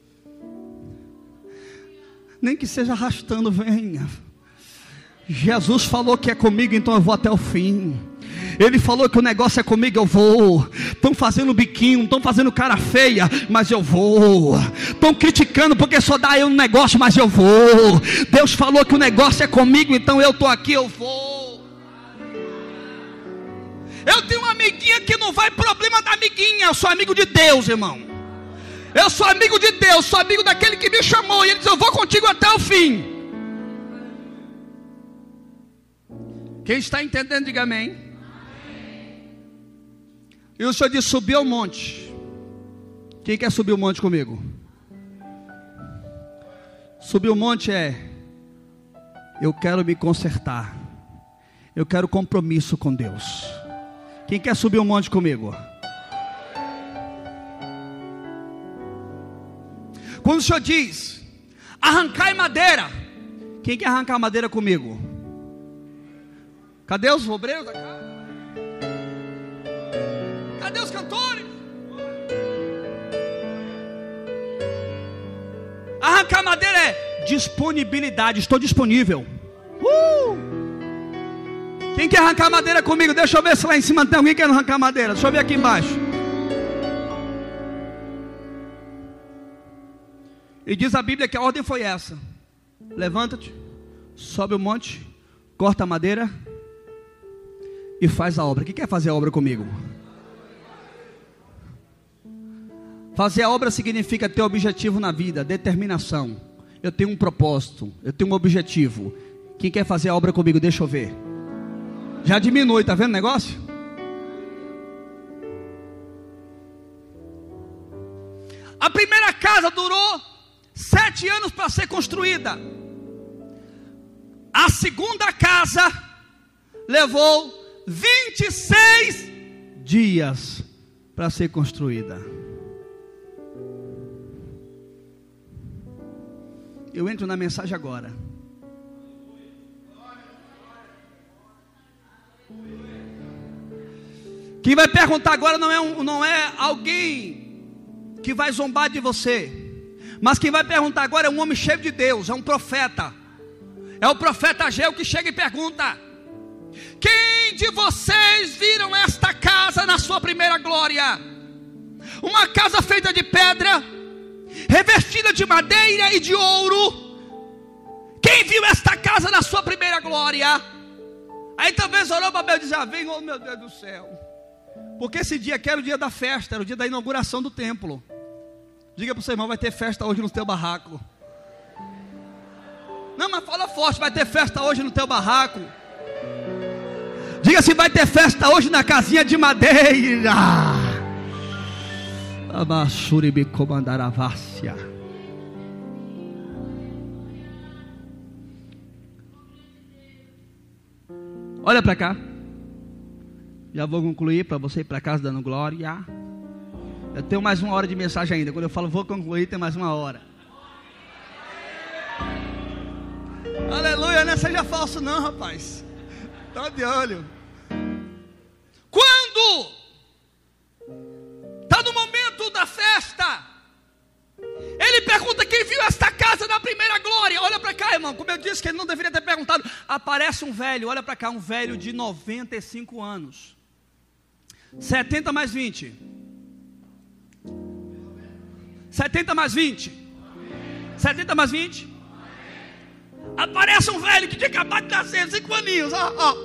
Nem que seja arrastando, venha. Jesus falou que é comigo, então eu vou até o fim. Ele falou que o negócio é comigo, eu vou. Estão fazendo biquinho, estão fazendo cara feia, mas eu vou. Estão criticando porque só dá eu um negócio, mas eu vou. Deus falou que o negócio é comigo, então eu estou aqui, eu vou. Eu tenho uma amiguinha que não vai problema da amiguinha. Eu sou amigo de Deus, irmão. Eu sou amigo de Deus, sou amigo daquele que me chamou. E ele diz, eu vou contigo até o fim. Quem está entendendo, diga amém. E o Senhor disse, subir ao monte. Quem quer subir o monte comigo? Subir o monte é, eu quero me consertar. Eu quero compromisso com Deus. Quem quer subir o monte comigo? Quando o Senhor diz, arrancai madeira. Quem quer arrancar madeira comigo? Cadê os obreiros da casa? Cadê os cantores? Arrancar madeira é disponibilidade. Estou disponível. Uh! Quem quer arrancar madeira comigo? Deixa eu ver se lá em cima tem alguém que quer arrancar madeira. Deixa eu ver aqui embaixo. E diz a Bíblia que a ordem foi essa: levanta-te, sobe o monte, corta a madeira e faz a obra. Quem quer fazer a obra comigo? Fazer a obra significa ter objetivo na vida, determinação. Eu tenho um propósito, eu tenho um objetivo. Quem quer fazer a obra comigo? Deixa eu ver. Já diminui, tá vendo o negócio? A primeira casa durou sete anos para ser construída. A segunda casa levou vinte e seis dias para ser construída. Eu entro na mensagem agora. Quem vai perguntar agora não é, um, não é alguém que vai zombar de você, mas quem vai perguntar agora é um homem cheio de Deus, é um profeta. É o profeta Ageu que chega e pergunta: quem de vocês viram esta casa na sua primeira glória? Uma casa feita de pedra, revestida de madeira e de ouro. Quem viu esta casa na sua primeira glória? Aí talvez Zorobabel diz: ah, vem, oh meu Deus do céu, porque esse dia aqui era o dia da festa, era o dia da inauguração do templo. Diga para o seu irmão: vai ter festa hoje no teu barraco. Não, mas fala forte: vai ter festa hoje no teu barraco. Diga assim: vai ter festa hoje na casinha de madeira. Abassuribi comandaravassia. Olha para cá. Já vou concluir para você ir para casa dando glória. Eu tenho mais uma hora de mensagem ainda. Quando eu falo vou concluir, tem mais uma hora. Aleluia, não seja falso não, rapaz. Tá de olho. Quando está no momento da festa, ele pergunta quem viu esta casa na primeira glória. Olha para cá, irmão. Como eu disse que ele não deveria ter perguntado. Aparece um velho, olha para cá, um velho de noventa e cinco anos. setenta mais vinte. setenta mais vinte. setenta mais vinte. Aparece um velho que tinha acabado de nascer, cinco aninhos. Ó, ó.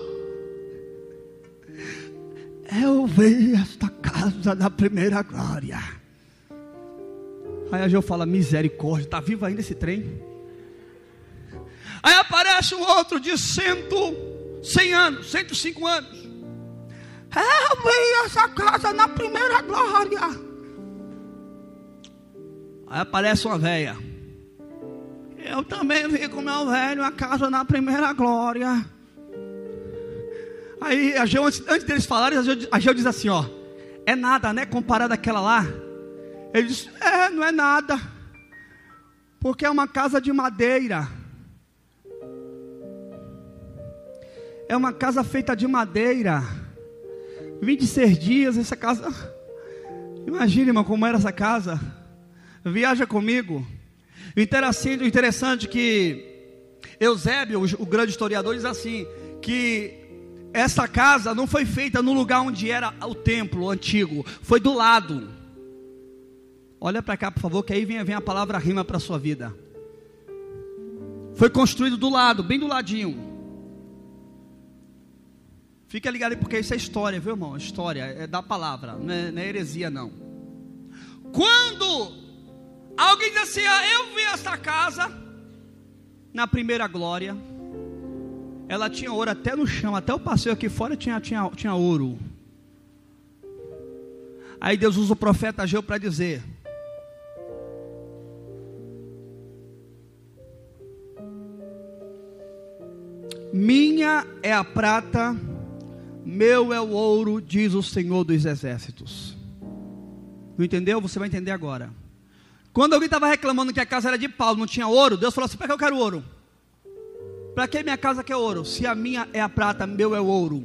Eu vi esta casa na primeira glória. Aí a Geu fala, misericórdia, está vivo ainda esse trem? Aí aparece um outro de cento, cem anos, cento e cinco anos. Eu vi essa casa na primeira glória. Aí aparece uma velha. Eu também vi com meu velho a casa na primeira glória. Aí a Geu, antes, antes deles falarem, a Geu, a Geu diz assim, ó, é nada, né, comparado àquela lá. Ele diz, é, não é nada, porque é uma casa de madeira. É uma casa feita de madeira. vinte e seis dias essa casa. Imagina, irmão, como era essa casa. Viaja comigo. O interessante, o interessante é que Eusébio, o grande historiador, diz assim, que essa casa não foi feita no lugar onde era o templo antigo, foi do lado. Olha para cá, por favor, que aí vem, vem a palavra rima para a sua vida. Foi construído do lado, bem do ladinho. Fica ligado aí, porque isso é história, viu, irmão? História, é da palavra, não é, não é heresia, não. Quando alguém diz assim, ah, eu vi essa casa na primeira glória, ela tinha ouro até no chão, até o passeio aqui fora tinha, tinha, tinha ouro. Aí Deus usa o profeta Ageu para dizer, minha é a prata, meu é o ouro, diz o Senhor dos exércitos. Não entendeu? Você vai entender agora. Quando alguém estava reclamando que a casa era de pau, não tinha ouro, Deus falou assim, para que eu quero ouro? Para que minha casa quer ouro? Se a minha é a prata, meu é o ouro.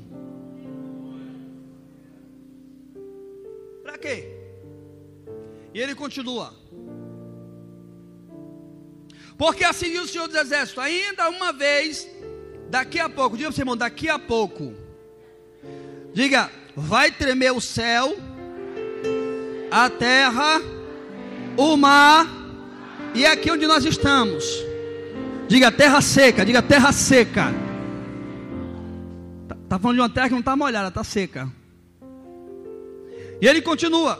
Para quê? E ele continua. Porque assim diz o Senhor dos exércitos, ainda uma vez, daqui a pouco, diga para o seu irmão, daqui a pouco, diga, vai tremer o céu, a terra, o mar, e aqui onde nós estamos, diga terra seca, diga terra seca, está tá falando de uma terra que não está molhada, está seca, e ele continua,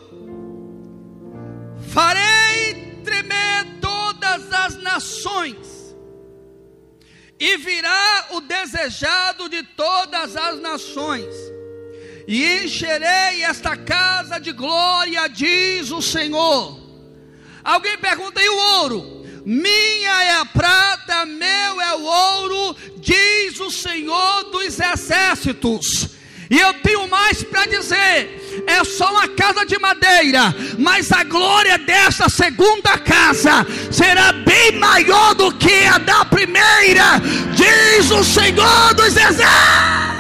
farei tremer todas as nações, e virá o desejado de todas as nações, e encherei esta casa de glória, diz o Senhor. Alguém pergunta, e o ouro? Minha é a prata, meu é o ouro, diz o Senhor dos exércitos. E eu tenho mais para dizer, é só uma casa de madeira, mas a glória desta segunda casa será bem maior do que a da primeira, diz o Senhor dos exércitos.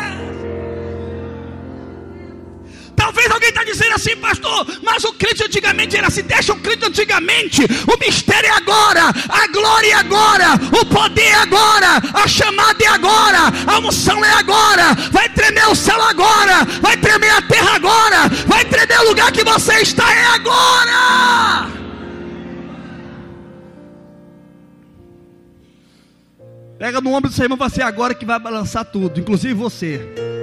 Talvez alguém está dizendo assim, pastor, mas o crente antigamente era assim. Deixa o crente antigamente, o mistério é agora, a glória é agora, o poder é agora, a chamada é agora, a unção é agora, vai tremer o céu agora, vai tremer a terra agora, vai tremer o lugar que você está, é agora. Pega no ombro do seu irmão e fala assim, agora que vai balançar tudo, inclusive você.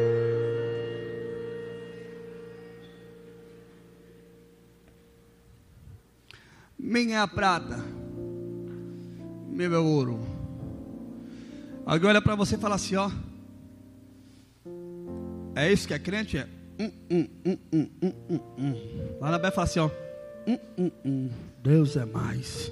Minha é a prata, meu é o ouro. Alguém olha para você e fala assim, ó, é isso que é crente? É hum, hum, hum, hum, hum, hum. Lá na Bíblia fala assim, ó, hum, hum, hum. Deus é mais.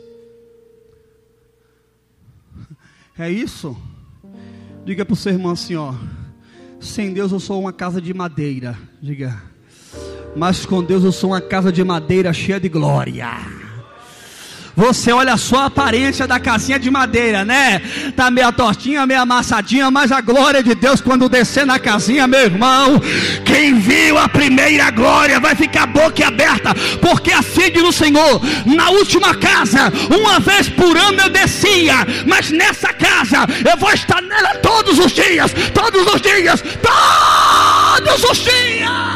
É isso? Diga para o seu irmão assim, ó. Sem Deus eu sou uma casa de madeira. Diga. Mas com Deus eu sou uma casa de madeira cheia de glória. Você olha só a aparência da casinha de madeira, né? Tá meio tortinha, meio amassadinha, mas a glória de Deus quando descer na casinha, meu irmão, quem viu a primeira glória vai ficar boca aberta, porque assim diz o Senhor: na última casa, uma vez por ano eu descia, mas nessa casa eu vou estar nela todos os dias, todos os dias, todos os dias.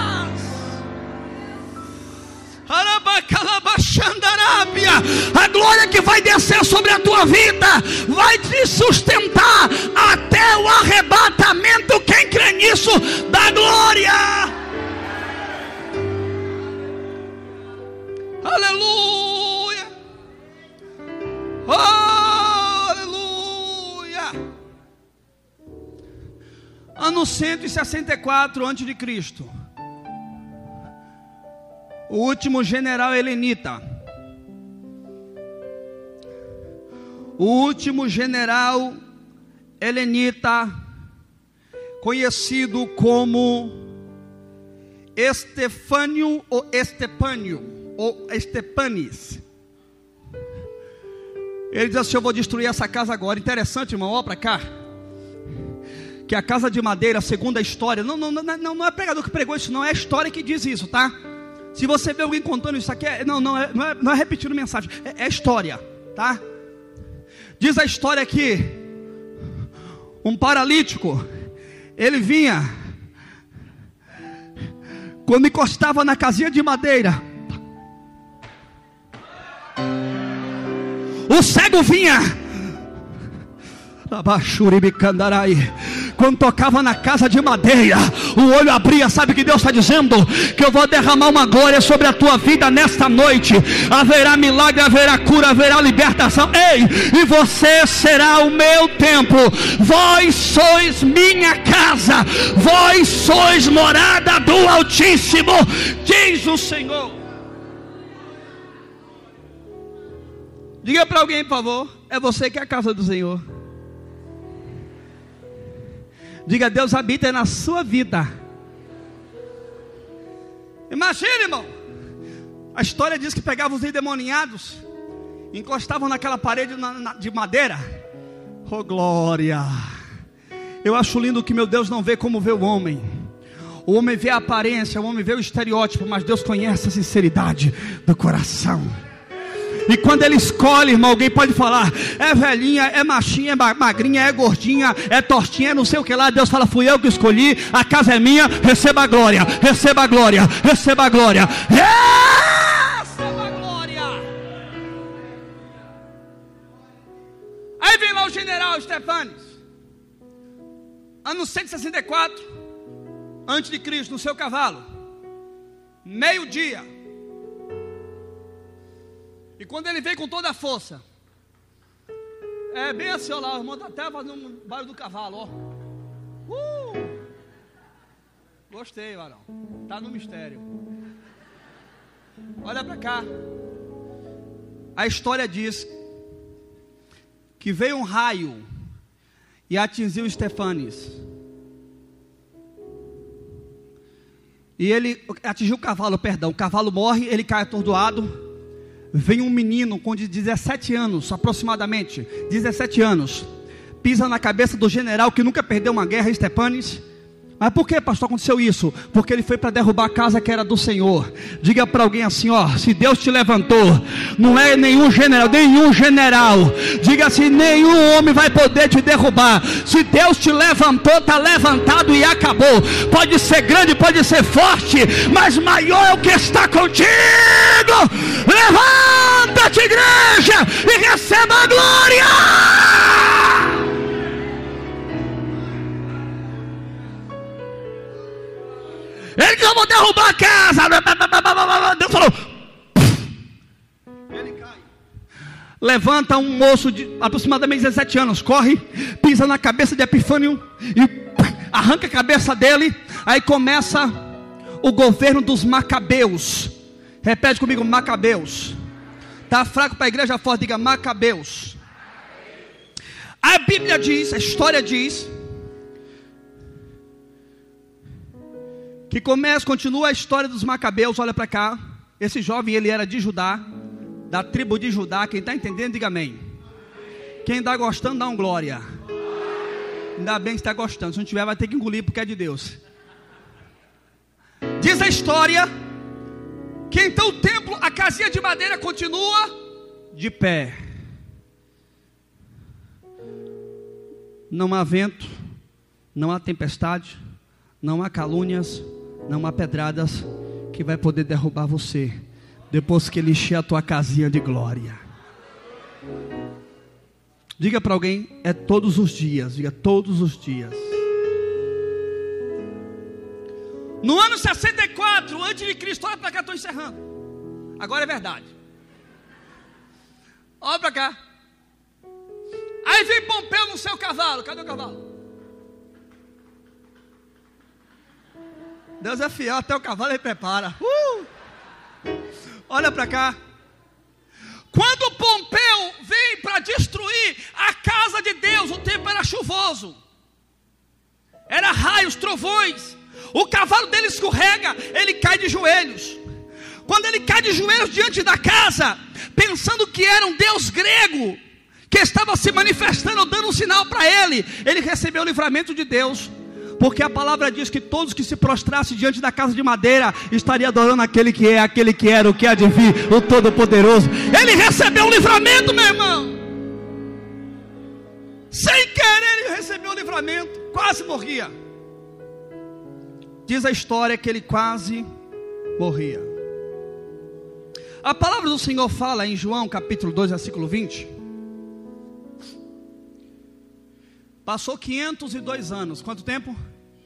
A glória que vai descer sobre a tua vida vai te sustentar até o arrebatamento. Quem crê nisso, dá glória. Aleluia. Oh, aleluia. Ano cento e sessenta e quatro antes de Cristo, o último general helenita, o último general helenita, conhecido como Estefânio ou Estepânio ou Estepanes, ele diz assim: eu vou destruir essa casa agora. Interessante, irmão, olha para cá, que a casa de madeira, segundo a história, não, não, não, não, não é pregador que pregou isso, não, é a história que diz isso, tá? Se você vê alguém contando isso aqui, é, não, não, é, não, é, não é repetindo mensagem, é, é história, tá? Diz a história que um paralítico, ele vinha, quando encostava na casinha de madeira, o cego vinha, quando tocava na casa de madeira, o olho abria. Sabe o que Deus está dizendo? Que eu vou derramar uma glória sobre a tua vida nesta noite. Haverá milagre, haverá cura, haverá libertação. Ei, e você será o meu templo. Vós sois minha casa, vós sois morada do Altíssimo, diz o Senhor. Diga para alguém, por favor: é você que é a casa do Senhor. Diga: Deus habita na sua vida. Imagina, irmão, a história diz que pegavam os endemoniados, encostavam naquela parede na, na, de madeira. Oh glória! Eu acho lindo que meu Deus não vê como vê o homem. O homem vê a aparência, o homem vê o estereótipo, mas Deus conhece a sinceridade do coração. E quando Ele escolhe, irmão, alguém pode falar: é velhinha, é machinha, é magrinha, é gordinha, é tortinha, é não sei o que lá. Deus fala: fui eu que escolhi, a casa é minha, receba a glória, receba a glória, receba a glória, receba a glória. Aí vem lá o general Estefanes, ano cento e sessenta e quatro antes de Cristo, no seu cavalo, meio dia. E quando ele vem com toda a força, é bem assim, ó lá, o irmão está até fazendo um barulho do cavalo, ó. Uh! Gostei, varão. Está no mistério. Olha para cá. A história diz que veio um raio e atingiu Estefanes. E ele atingiu o cavalo, perdão. O cavalo morre, ele cai atordoado. Vem um menino com dezessete anos, aproximadamente, dezessete anos, pisa na cabeça do general que nunca perdeu uma guerra, Estepanes. Mas por que, pastor, aconteceu isso? Porque ele foi para derrubar a casa que era do Senhor. Diga para alguém assim, ó: se Deus te levantou, não é nenhum general, nenhum general. Diga assim: nenhum homem vai poder te derrubar. Se Deus te levantou, está levantado e acabou. Pode ser grande, pode ser forte, mas maior é o que está contigo. Levanta-te, igreja, e receba a glória. Ele disse: eu vou derrubar a casa. Deus falou: ele cai. Levanta um moço de aproximadamente dezessete anos, corre, pisa na cabeça de Epifânio e arranca a cabeça dele. Aí começa o governo dos Macabeus. Repete comigo, Macabeus. Está fraco para a igreja forte, diga Macabeus. A Bíblia diz, a história diz, que começa, continua a história dos Macabeus. Olha para cá. Esse jovem, ele era de Judá, da tribo de Judá. Quem está entendendo, diga amém. Quem está gostando, dá um glória. Ainda bem que está gostando. Se não tiver, vai ter que engolir, porque é de Deus. Diz a história que então o templo, a casinha de madeira continua de pé. Não há vento, não há tempestade, não há calúnias, não há pedradas que vai poder derrubar você depois que ele encher a tua casinha de glória. Diga para alguém, é todos os dias. Diga, todos os dias. No ano sessenta e quatro, antes de Cristo, olha para cá, estou encerrando. Agora é verdade. Olha para cá. Aí vem Pompeu no seu cavalo. Cadê o cavalo? Deus é fiel, até o cavalo ele prepara. Uh! Olha para cá. Quando Pompeu vem para destruir a casa de Deus, o tempo era chuvoso, era raios, trovões, o cavalo dele escorrega, ele cai de joelhos. Quando ele cai de joelhos diante da casa, pensando que era um deus grego, que estava se manifestando, dando um sinal para ele, ele recebeu o livramento de Deus. Porque a palavra diz que todos que se prostrassem diante da casa de madeira estariam adorando aquele que é, aquele que era, o que há de vir, o Todo-Poderoso. Ele recebeu o livramento, meu irmão. Sem querer ele recebeu o livramento, quase morria. Diz a história que ele quase morria. A palavra do Senhor fala em João capítulo dois, versículo vinte. Passou quinhentos e dois anos. Quanto tempo?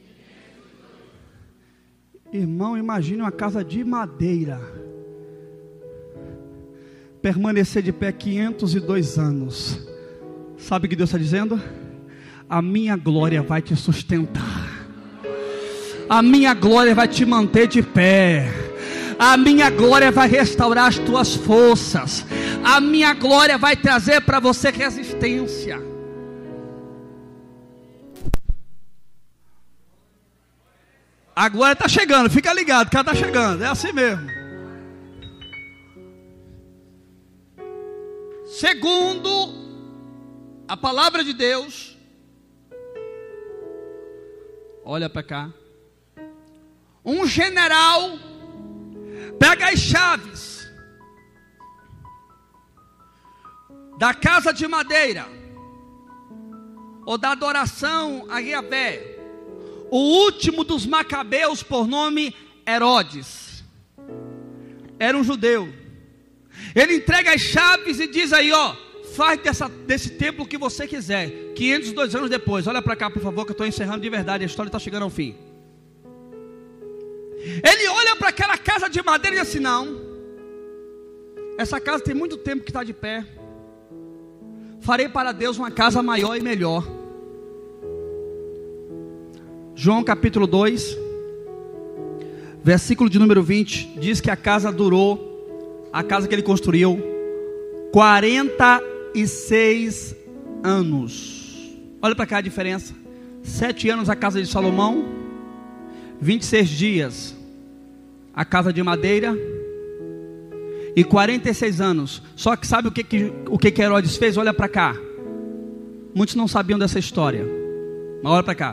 Irmão, imagine uma casa de madeira permanecer de pé quinhentos e dois anos. Sabe o que Deus está dizendo? A minha glória vai te sustentar. A minha glória vai te manter de pé. A minha glória vai restaurar as tuas forças. A minha glória vai trazer para você resistência. Agora está chegando, fica ligado, o cara está chegando, é assim mesmo. Segundo a palavra de Deus, olha para cá, um general pega as chaves da casa de madeira, ou da adoração a Yahvé, o último dos Macabeus, por nome Herodes, era um judeu. Ele entrega as chaves e diz aí, ó, faz dessa, desse templo o que você quiser. quinhentos e dois anos depois, olha para cá por favor, que eu estou encerrando de verdade, a história está chegando ao fim. Ele olha para aquela casa de madeira e diz assim, não, essa casa tem muito tempo que está de pé, farei para Deus uma casa maior e melhor. João capítulo dois, versículo de número vinte, diz que a casa durou, a casa que ele construiu, quarenta e seis anos. Olha para cá a diferença. Sete anos a casa de Salomão, vinte e seis dias a casa de madeira, e quarenta e seis anos. Só que sabe o que, que, o que, que Herodes fez? Olha para cá. Muitos não sabiam dessa história, mas olha para cá.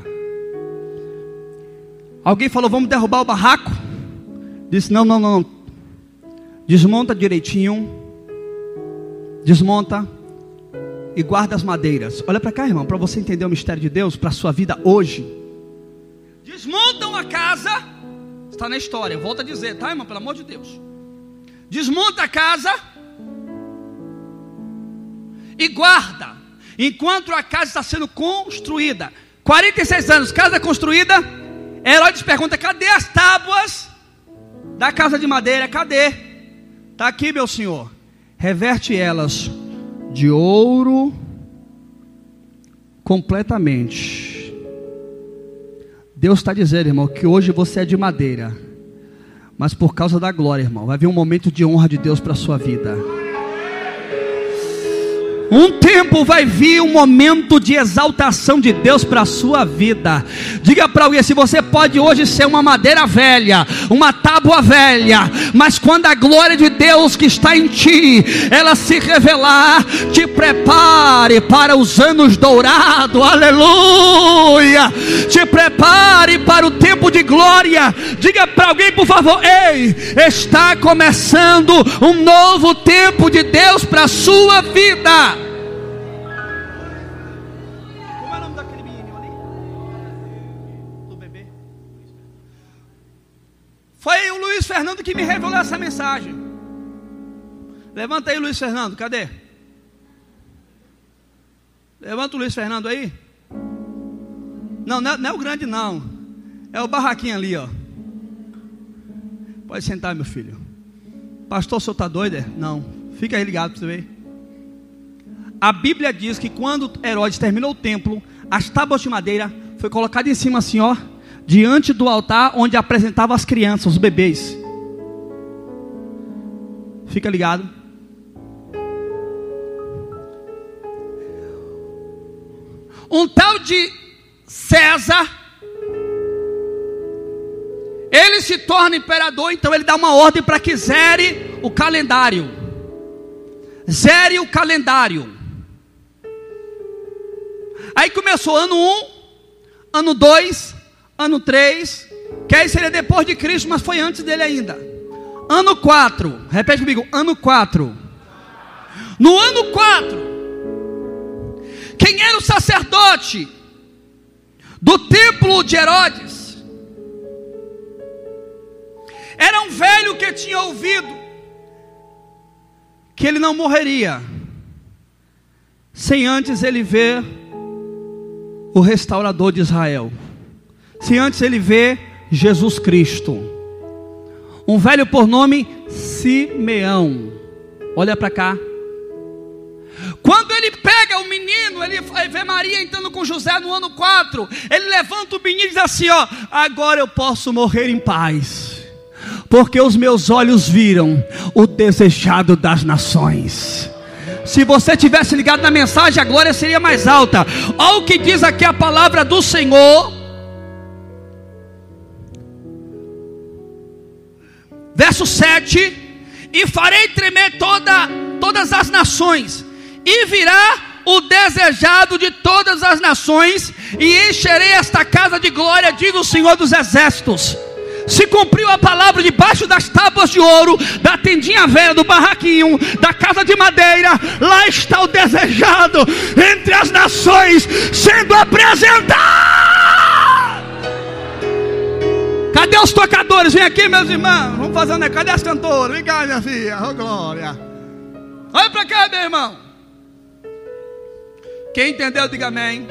Alguém falou, vamos derrubar o barraco? Disse, não, não, não, desmonta direitinho, desmonta e guarda as madeiras. Olha para cá, irmão, para você entender o mistério de Deus para a sua vida hoje. Desmontam a casa, está na história, volta a dizer, tá, irmão, pelo amor de Deus. Desmonta a casa e guarda, enquanto a casa está sendo construída. quarenta e seis anos, casa construída. Herodes pergunta, cadê as tábuas da casa de madeira? Cadê? Está aqui, meu senhor. Reverte elas de ouro completamente. Deus está dizendo, irmão, que hoje você é de madeira, Mas por causa da glória, irmão, vai vir um momento de honra de Deus para a sua vida. Um tempo vai vir um momento de exaltação de Deus para a sua vida. Diga para alguém: se você pode hoje ser uma madeira velha, uma tábua velha, mas quando a glória de Deus que está em ti, ela se revelar, te prepare para os anos dourados. Aleluia! Te prepare para o tempo de glória. Diga para alguém, por favor: ei, está começando um novo tempo de Deus para a sua vida. Foi o Luiz Fernando que me revelou essa mensagem. Levanta aí, Luiz Fernando, cadê? Levanta o Luiz Fernando aí. Não, não é, não é o grande não. É o barraquinho ali, ó. Pode sentar, meu filho. Pastor, o senhor está doido? É? Não, fica aí ligado para você ver. A Bíblia diz que quando Herodes terminou o templo, as tábuas de madeira foi colocada em cima assim, ó, diante do altar onde apresentava as crianças, os bebês. Fica ligado. Um tal de César, ele se torna imperador, então ele dá uma ordem para que zere o calendário. Zere o calendário. Aí começou ano um, ano dois, ano três, que aí seria depois de Cristo, mas foi antes dele ainda. Ano quatro, repete comigo, ano quatro. No ano quatro, quem era o sacerdote do templo de Herodes? Era um velho que tinha ouvido que ele não morreria sem antes ele ver o restaurador de Israel, se antes ele vê Jesus Cristo. Um velho por nome Simeão. Olha para cá. Quando ele pega o menino, ele vê Maria entrando com José no ano quatro. Ele levanta o menino e diz assim, ó: agora eu posso morrer em paz, porque os meus olhos viram o desejado das nações. Se você tivesse ligado na mensagem, a glória seria mais alta. Olha o que diz aqui a palavra do Senhor. Verso sete: e farei tremer toda, todas as nações, e virá o desejado de todas as nações, e encherei esta casa de glória, diz o Senhor dos exércitos. Se cumpriu a palavra debaixo das tábuas de ouro, da tendinha velha, do barraquinho, da casa de madeira. Lá está o desejado entre as nações, sendo apresentado. Cadê os tocadores? Vem aqui, meus irmãos. Vamos fazer um negócio. Cadê as cantoras? Vem cá, minha filha. Oh, glória. Olha para cá, meu irmão. Quem entendeu, diga amém.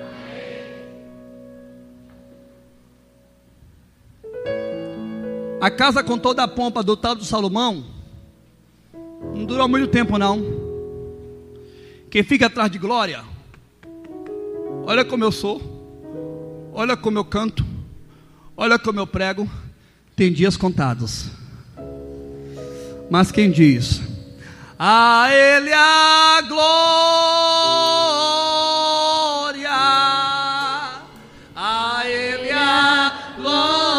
A casa com toda a pompa do tal do Salomão não durou muito tempo não. Quem fica atrás de glória, olha como eu sou, olha como eu canto, olha como eu prego, tem dias contados. Mas quem diz: a Ele a glória, a Ele a glória,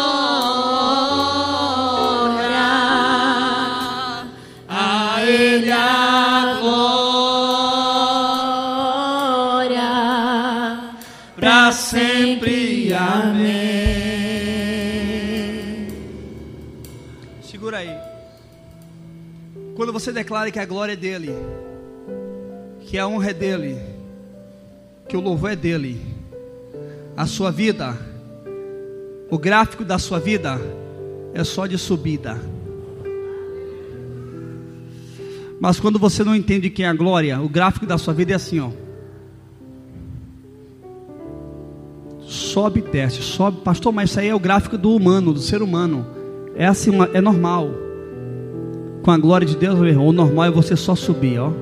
sempre, amém. Segura aí. Quando você declara que a glória é dele, que a honra é dele, que o louvor é dele, a sua vida, o gráfico da sua vida é só de subida. Mas quando você não entende quem é a glória, o gráfico da sua vida é assim, ó: sobe e desce, sobe. Pastor, mas isso aí é o gráfico do humano, do ser humano. É assim, é normal. Com a glória de Deus, o normal é você só subir, ó.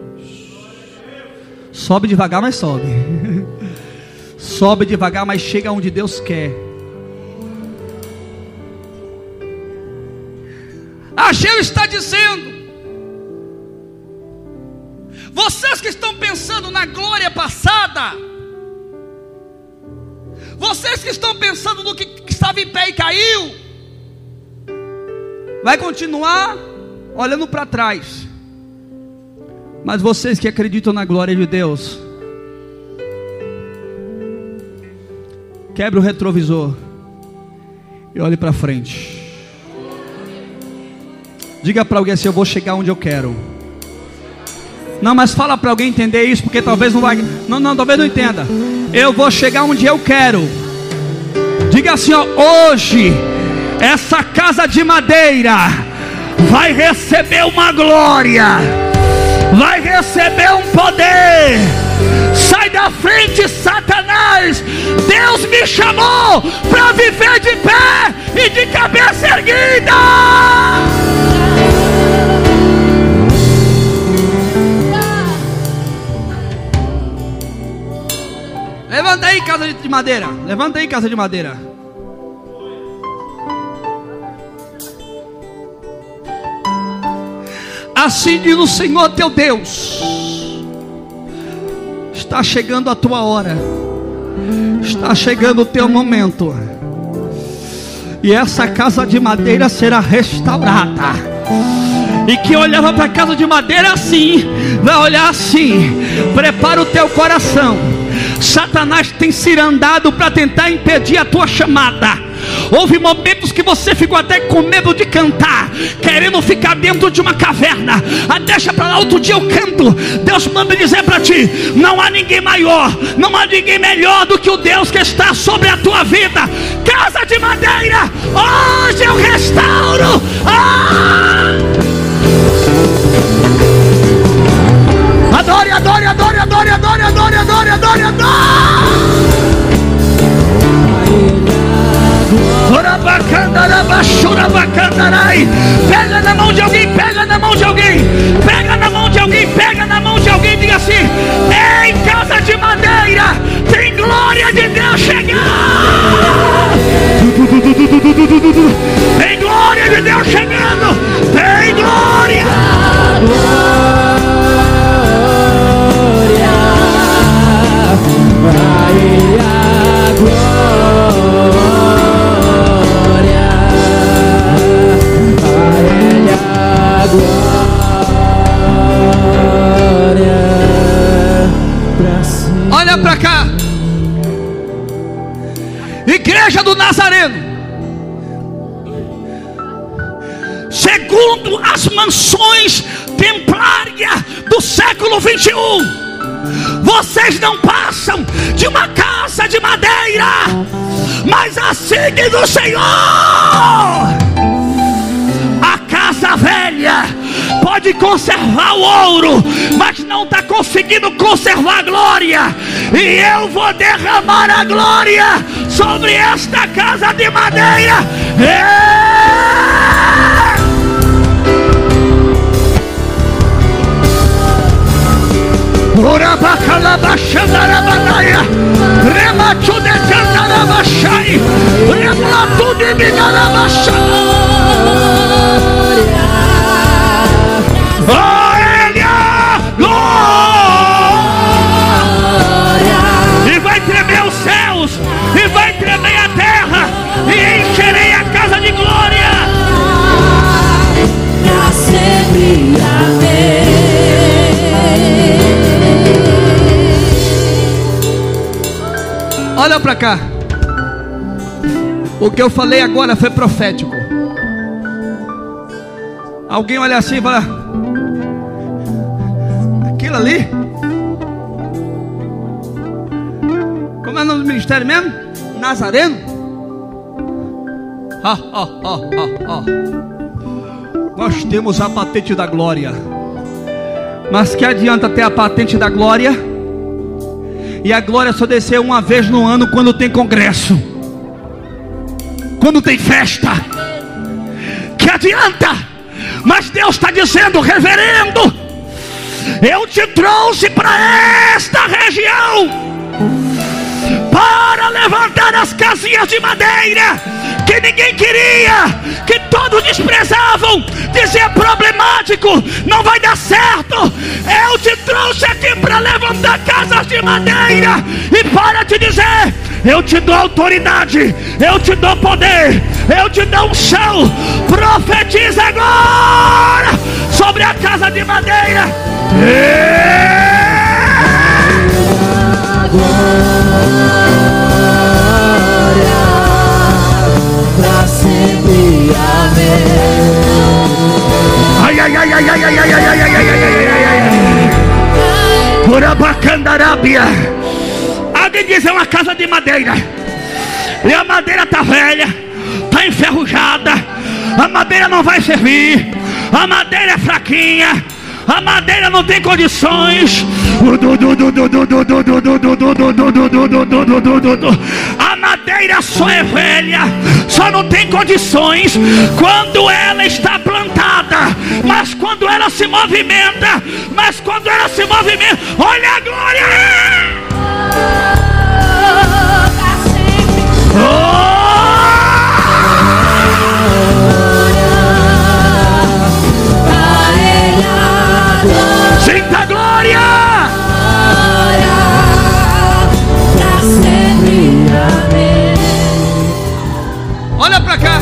Sobe devagar, mas sobe. Sobe devagar, mas chega onde Deus quer. Ageu está dizendo: vocês que estão pensando na glória passada, vocês que estão pensando no que estava em pé e caiu, vai continuar olhando para trás. Mas vocês que acreditam na glória de Deus, quebre o retrovisor e olhe para frente. Diga para alguém assim: eu vou chegar onde eu quero. Não, mas fala para alguém entender isso, porque talvez não vai. Não, não, talvez não entenda. Eu vou chegar onde eu quero. Diga assim, ó: hoje essa casa de madeira vai receber uma glória, vai receber um poder. Sai da frente, Satanás. Deus me chamou para viver de pé e de cabeça erguida. Levanta aí, casa de madeira. Levanta aí, casa de madeira. Assim diz o Senhor teu Deus: está chegando a tua hora, está chegando o teu momento, e essa casa de madeira será restaurada. E quem olhava para a casa de madeira assim, vai olhar assim. Prepara o teu coração. Satanás tem cirandado para tentar impedir a tua chamada. Houve momentos que você ficou até com medo de cantar, querendo ficar dentro de uma caverna. Ah, deixa para lá, outro dia eu canto. Deus manda dizer para ti: não há ninguém maior, não há ninguém melhor do que o Deus que está sobre a tua vida. Casa de madeira, hoje eu restauro. Ah! Adore, adore, adore, adore, adore, adore, adore, adore, adore. Pega na mão de alguém, pega na mão de alguém, pega na mão de alguém, pega na mão de alguém, diga assim: em casa de madeira tem glória de Deus chegando. Tem glória de Deus chegando. Tem glória. Vai a glória. Olha para cá, Igreja do Nazareno, segundo as mansões templárias do século vinte e um, vocês não passam de uma casa de madeira, mas assim diz o Senhor: a casa velha pode conservar o ouro, mas não está conseguindo conservar a glória. E eu vou derramar a glória sobre esta casa de madeira. É! E vai tremer os céus, e vai tremer a terra, e encherei a casa de glória. Pra sempre amém. Olha pra cá. O que eu falei agora foi profético. Alguém olha assim e fala: aquilo ali? Como é o nome do ministério mesmo? Nazareno? Ah, ah, ah, ah, ah. Nós temos a patente da glória. Mas que adianta ter a patente da glória e a glória só descer uma vez no ano, quando tem congresso, quando tem festa? Que adianta? Mas Deus está dizendo: reverendo, eu te trouxe para esta região para levantar as casinhas de madeira que ninguém queria, que todos desprezavam, dizendo difícil, é problemático, não vai dar certo. Eu te trouxe aqui para levantar casas de madeira. E para te dizer, eu te dou autoridade, eu te dou poder, eu te dou um chão. Profetiza agora sobre a casa de madeira. Pra sempre, amém. Ai, ai, ai, ai, ai, ai, ai, ai, ai, ai, ai, ai, ai. Por Abacandarábia. Alguém diz, é uma casa de madeira. E a madeira tá velha, tá enferrujada. A madeira não vai servir. A madeira é fraquinha. A madeira não tem condições. A madeira só é velha, só não tem condições quando ela está plantada. Mas quando ela se movimenta, mas quando ela se movimenta, olha a glória! Oh! Sinta a glória! Pra sempre, amém. Olha pra cá.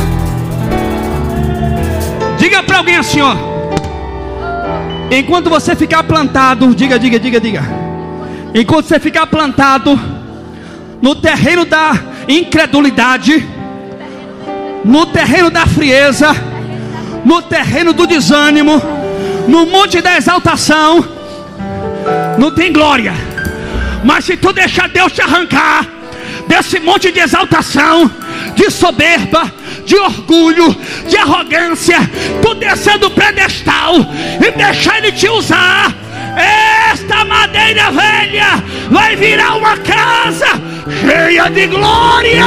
Diga pra alguém assim, ó. Enquanto você ficar plantado, diga, diga, diga, diga. Enquanto você ficar plantado no terreno da incredulidade, no terreno da frieza, no terreno do desânimo, no monte da exaltação, não tem glória. Mas se tu deixar Deus te arrancar desse monte de exaltação, de soberba, de orgulho, de arrogância, tu descer do pedestal e deixar Ele te usar, esta madeira velha vai virar uma casa cheia de glória.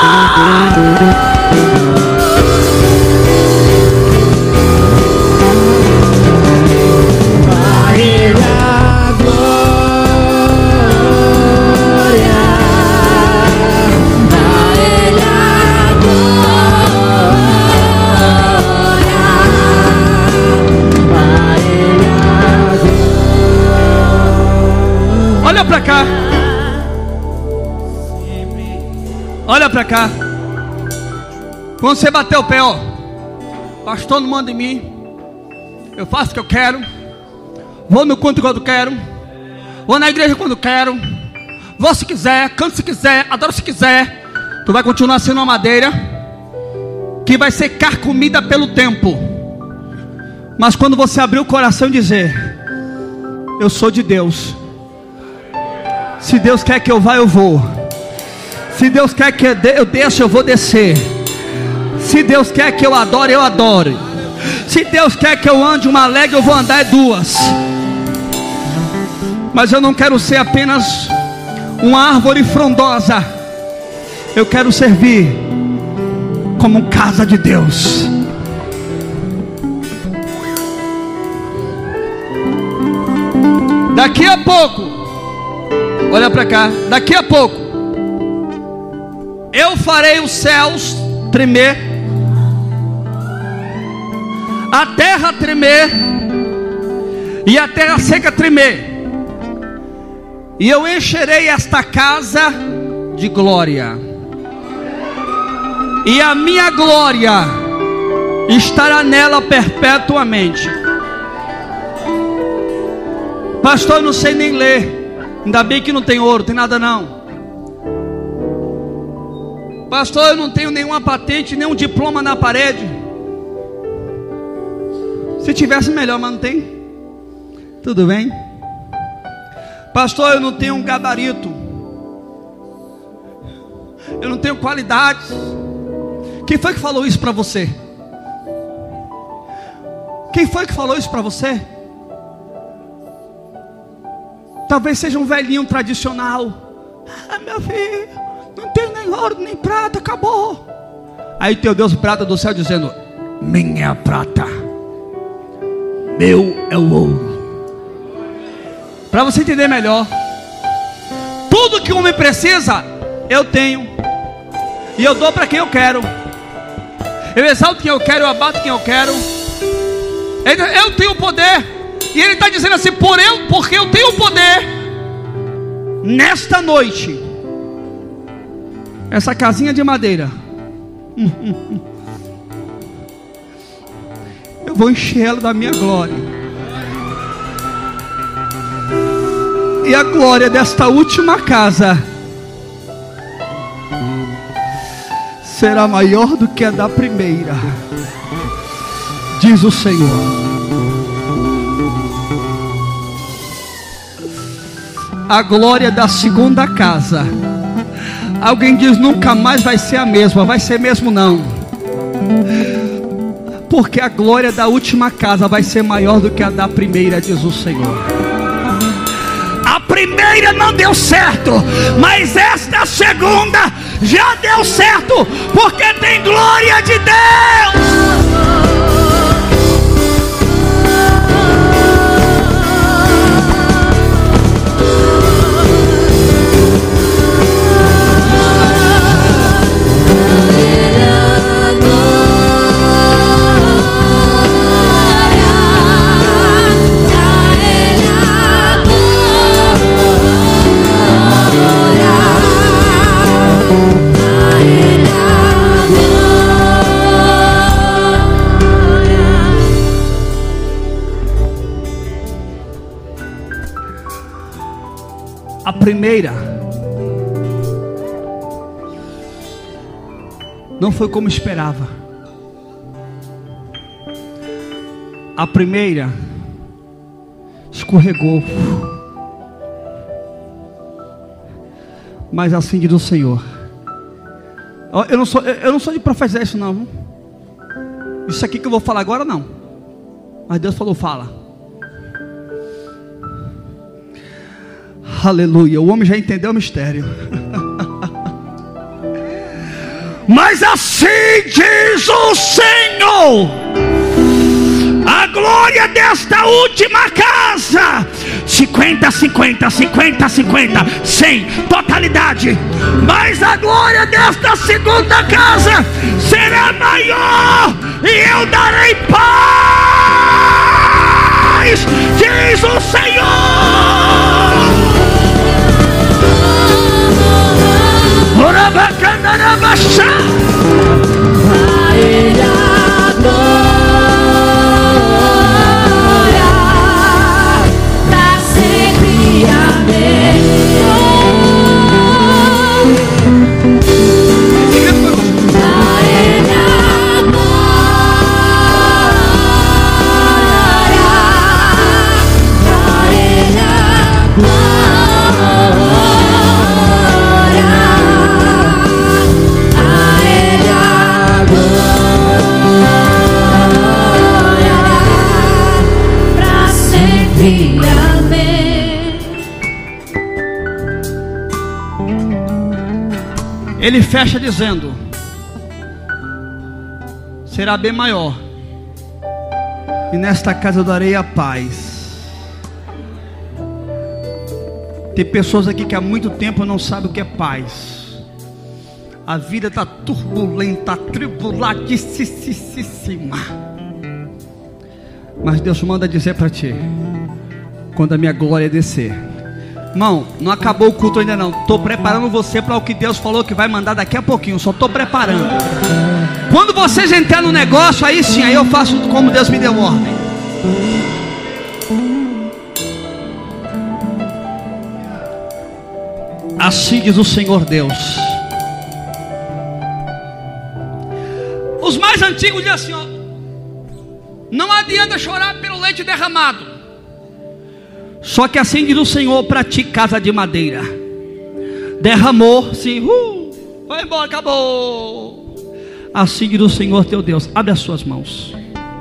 Olha pra cá. Olha pra cá. Quando você bater o pé, ó, pastor não manda em mim, eu faço o que eu quero, vou no culto quando quero, vou na igreja quando quero, vou se quiser, canto se quiser, adoro se quiser. Tu vai continuar sendo uma madeira que vai ser carcomida pelo tempo. Mas quando você abrir o coração e dizer, eu sou de Deus, se Deus quer que eu vá, eu vou. Se Deus quer que eu desça, eu vou descer. Se Deus quer que eu adore, eu adoro. Se Deus quer que eu ande uma lega, eu vou andar duas. Mas eu não quero ser apenas uma árvore frondosa. Eu quero servir como casa de Deus. Daqui a pouco, olha para cá, daqui a pouco eu farei os céus tremer, a terra tremer e a terra seca tremer, e eu encherei esta casa de glória, e a minha glória estará nela perpetuamente. Pastor, eu não sei nem ler. Ainda bem que não tem ouro, tem nada não. Pastor, eu não tenho nenhuma patente, nenhum diploma na parede. Se tivesse melhor, mas não tem. Tudo bem. Pastor, eu não tenho um gabarito, eu não tenho qualidades. Quem foi que falou isso para você? Quem foi que falou isso para você? Talvez seja um velhinho tradicional. Ah, meu filho, não tem nem ouro nem prata, acabou. Aí teu Deus prata do céu dizendo, minha prata, meu é o ouro. Para você entender melhor, tudo que o homem precisa, eu tenho, e eu dou para quem eu quero. Eu exalto quem eu quero, eu abato quem eu quero. Ele, eu tenho poder. E ele está dizendo assim: por eu, porque eu tenho poder, nesta noite, essa casinha de madeira, eu vou encher ela da minha glória. E a glória desta última casa será maior do que a da primeira, diz o Senhor. A glória da segunda casa, alguém diz: nunca mais vai ser a mesma. Vai ser mesmo não, porque a glória da última casa vai ser maior do que a da primeira, diz o Senhor. A primeira não deu certo, mas esta segunda já deu certo, porque tem glória de Deus. A primeira não foi como esperava. A primeira escorregou. Mas assim diz o Senhor. Eu não sou, eu não sou de profetizar isso não. Isso aqui que eu vou falar agora não. Mas Deus falou: fala. Aleluia, o homem já entendeu o mistério. Mas assim diz o Senhor: a glória desta última casa, cinquenta, cinquenta, cinquenta, cinquenta, cem, totalidade. Mas a glória desta segunda casa será maior, e eu darei paz, diz o Senhor. Orabacandarabachá. A Ele a glória, pra sempre. Amém. A Ele a glória, a Ele a Ele fecha dizendo: será bem maior, e nesta casa eu darei a paz. Tem pessoas aqui que há muito tempo não sabem o que é paz. A vida está turbulenta, atribuladíssima. Mas Deus manda dizer para ti: quando a minha glória descer. Irmão, não acabou o culto ainda não. Estou preparando você para o que Deus falou que vai mandar daqui a pouquinho. Só estou preparando. Quando vocês entrarem no negócio, aí sim, aí eu faço como Deus me deu ordem. Assim diz o Senhor Deus. Os mais antigos dizem assim, ó: não adianta chorar pelo leite derramado. Só que assim diz o Senhor para ti, casa de madeira. Derramou, sim, uh, vai embora, acabou. Assim diz o Senhor teu Deus. Abre as suas mãos.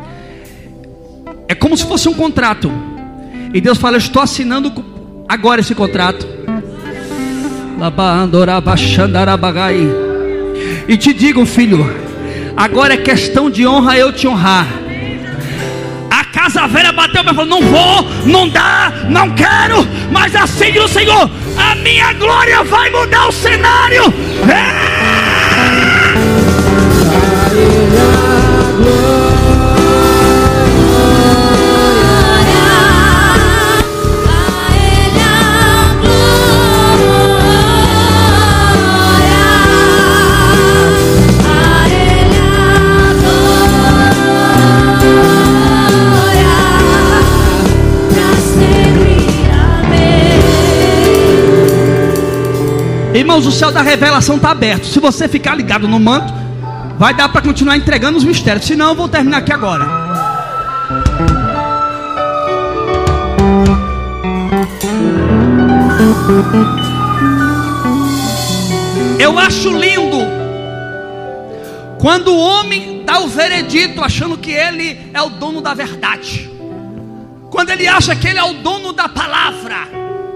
É como se fosse um contrato. E Deus fala: eu estou assinando agora esse contrato. E te digo, filho, agora é questão de honra eu te honrar. A casa velha bateu e falou: não vou, não dá, não quero. Mas assim diz o Senhor: a minha glória vai mudar o cenário. É! Irmãos, o céu da revelação está aberto. Se você ficar ligado no manto, vai dar para continuar entregando os mistérios. Se não, eu vou terminar aqui agora. Eu acho lindo quando o homem dá o veredito achando que ele é o dono da verdade, quando ele acha que ele é o dono da palavra,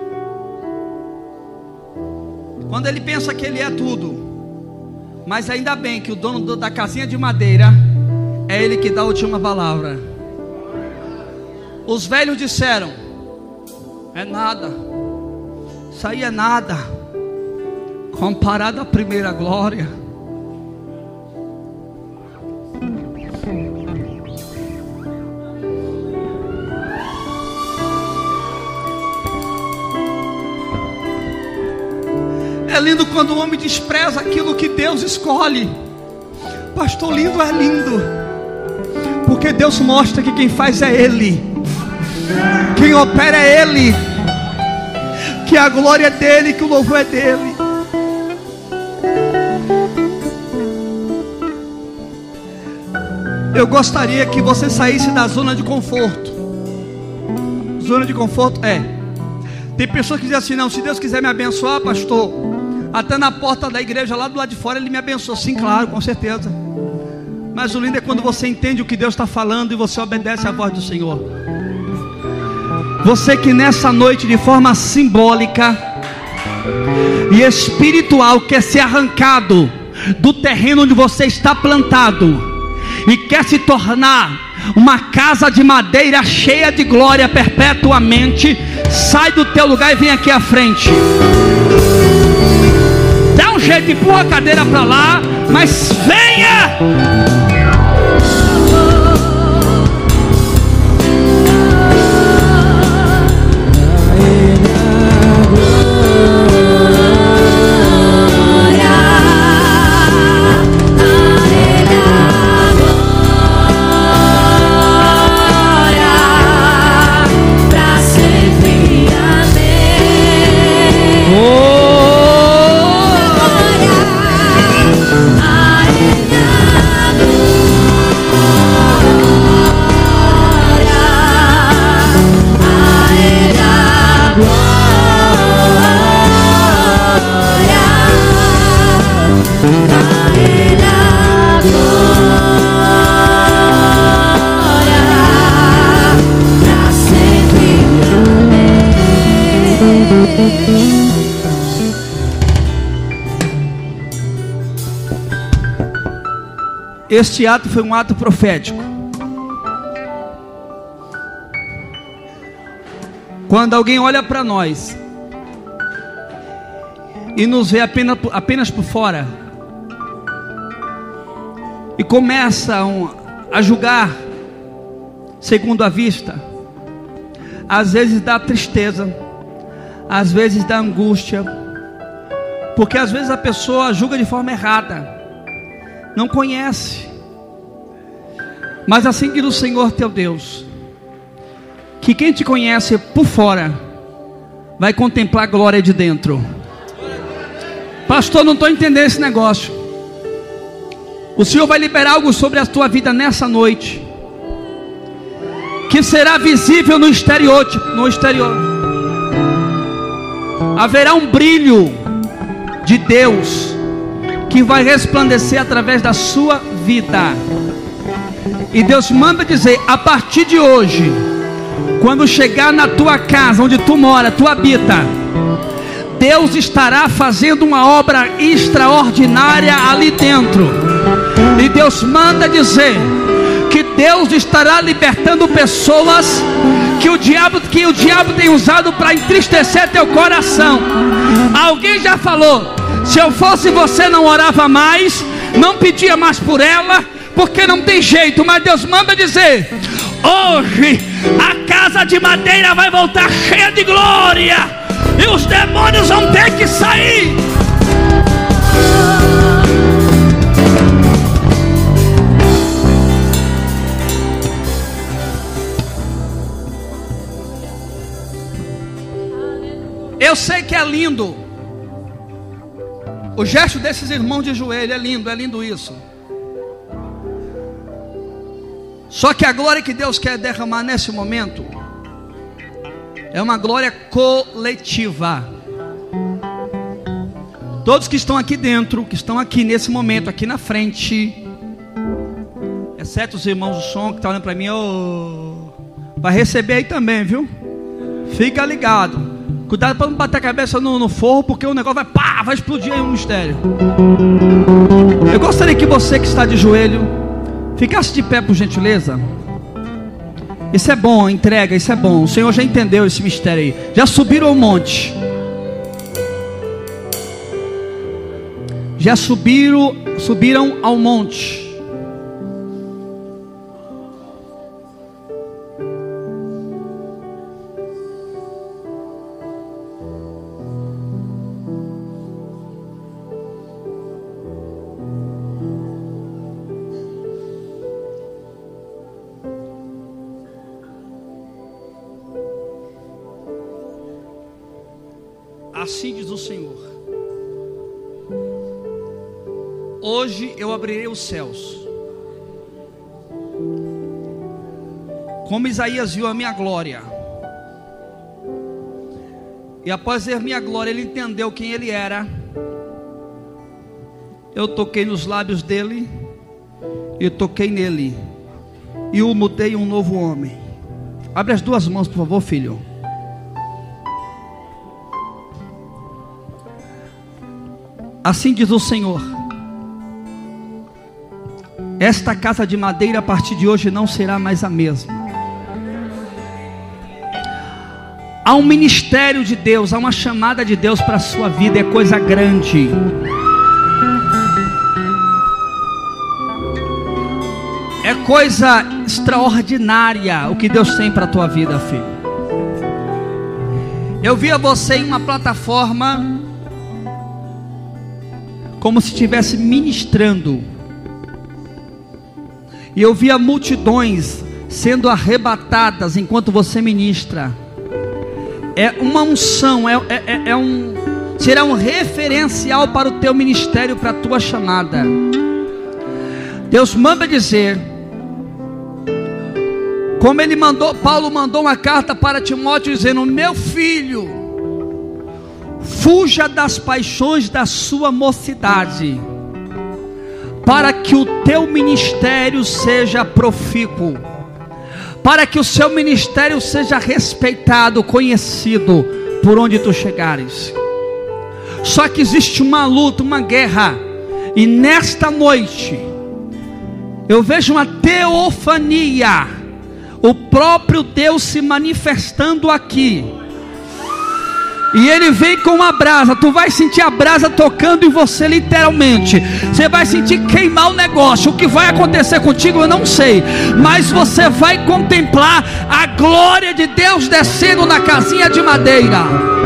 quando ele pensa que ele é tudo. Mas ainda bem que o dono do, da casinha de madeira é ele que dá a última palavra. Os velhos disseram: é nada, isso aí é nada comparado à primeira glória. É lindo quando o homem despreza aquilo que Deus escolhe. Pastor, lindo é lindo, porque Deus mostra que quem faz é Ele, quem opera é Ele, que a glória é dele, que o louvor é dele. Eu gostaria que você saísse da zona de conforto. Zona de conforto é, tem pessoas que dizem assim: não, se Deus quiser me abençoar, pastor, até na porta da igreja lá do lado de fora Ele me abençoou. Sim, claro, com certeza. Mas o lindo é quando você entende o que Deus está falando e você obedece à voz do Senhor. Você que nessa noite, de forma simbólica e espiritual, quer ser arrancado do terreno onde você está plantado e quer se tornar uma casa de madeira cheia de glória perpetuamente, sai do teu lugar e vem aqui à frente. Dá um jeito, empurra a cadeira para lá, mas venha! Este ato foi um ato profético. Quando alguém olha para nós e nos vê apenas, apenas por fora e começam a julgar segundo a vista, às vezes dá tristeza, às vezes dá angústia, porque às vezes a pessoa julga de forma errada, não conhece. Mas assim diz o Senhor teu Deus, que quem te conhece por fora vai contemplar a glória de dentro. Pastor, não estou entendendo esse negócio. O Senhor vai liberar algo sobre a tua vida nessa noite, que será visível no exterior, no exterior. Haverá um brilho de Deus que vai resplandecer através da sua vida. E Deus manda dizer: a partir de hoje, quando chegar na tua casa, onde tu mora, tu habita, Deus estará fazendo uma obra extraordinária ali dentro. E Deus manda dizer que Deus estará libertando pessoas que o diabo, que o diabo tem usado para entristecer teu coração. Alguém já falou: se eu fosse você, não orava mais, não pedia mais por ela, porque não tem jeito. Mas Deus manda dizer: hoje a casa de madeira vai voltar cheia de glória, e os demônios vão ter que sair. Eu sei que é lindo O gesto desses irmãos de joelho é lindo, é lindo isso. Só que a glória que Deus quer derramar nesse momento é uma glória coletiva. Todos que estão aqui dentro, que estão aqui nesse momento, aqui na frente, exceto os irmãos do som que estão olhando para mim, oh, vai receber aí também, viu? Fica ligado. Cuidado para não bater a cabeça no, no forro, porque o negócio vai, pá, vai explodir aí um mistério. Eu gostaria que você que está de joelho ficasse de pé, por gentileza. Isso é bom, entrega, isso é bom. O Senhor já entendeu esse mistério aí. Já subiram ao monte. Já subiram, subiram ao monte. Assim diz o Senhor: hoje eu abrirei os céus, como Isaías viu a minha glória, e após ver minha glória, ele entendeu quem ele era. Eu toquei nos lábios dele, e toquei nele, e o mudei um novo homem. Abre as duas mãos, por favor, filho. Assim diz o Senhor: esta casa de madeira a partir de hoje não será mais a mesma. Há um ministério de Deus, há uma chamada de Deus para a sua vida, é coisa grande. É coisa extraordinária o que Deus tem para a tua vida, filho. Eu via você em uma plataforma, como se estivesse ministrando, e eu via multidões sendo arrebatadas enquanto você ministra. É uma unção, é, é, é um, será um referencial para o teu ministério, para a tua chamada. Deus manda dizer, como ele mandou, Paulo mandou uma carta para Timóteo dizendo: meu filho, fuja das paixões da sua mocidade, para que o teu ministério seja profícuo, para que o seu ministério seja respeitado, conhecido por onde tu chegares. Só que existe uma luta, uma guerra, e nesta noite eu vejo uma teofania, o próprio Deus se manifestando aqui. E ele vem com uma brasa. Tu vai sentir a brasa tocando em você literalmente. Você vai sentir queimar o negócio. O que vai acontecer contigo eu não sei, mas você vai contemplar a glória de Deus descendo na casinha de madeira.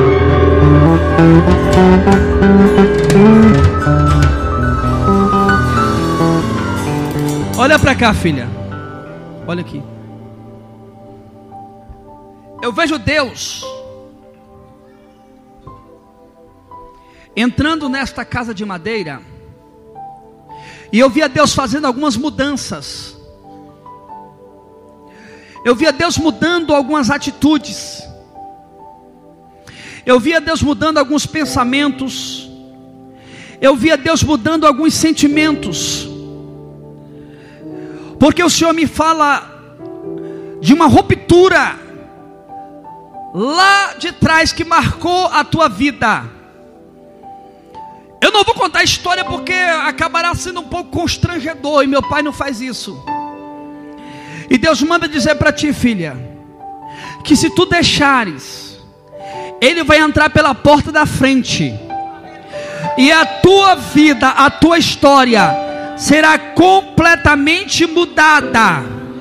Olha para cá, filha. Olha aqui. Eu vejo Deus entrando nesta casa de madeira, e eu via Deus fazendo algumas mudanças. Eu via Deus mudando algumas atitudes. Eu via Deus mudando alguns pensamentos. Eu via Deus mudando alguns sentimentos. Porque o Senhor me fala de uma ruptura lá de trás que marcou a tua vida. Eu não vou contar a história porque acabará sendo um pouco constrangedor, e meu pai não faz isso. E Deus manda dizer para ti, filha, que se tu deixares, Ele vai entrar pela porta da frente, e a tua vida, a tua história será completamente mudada.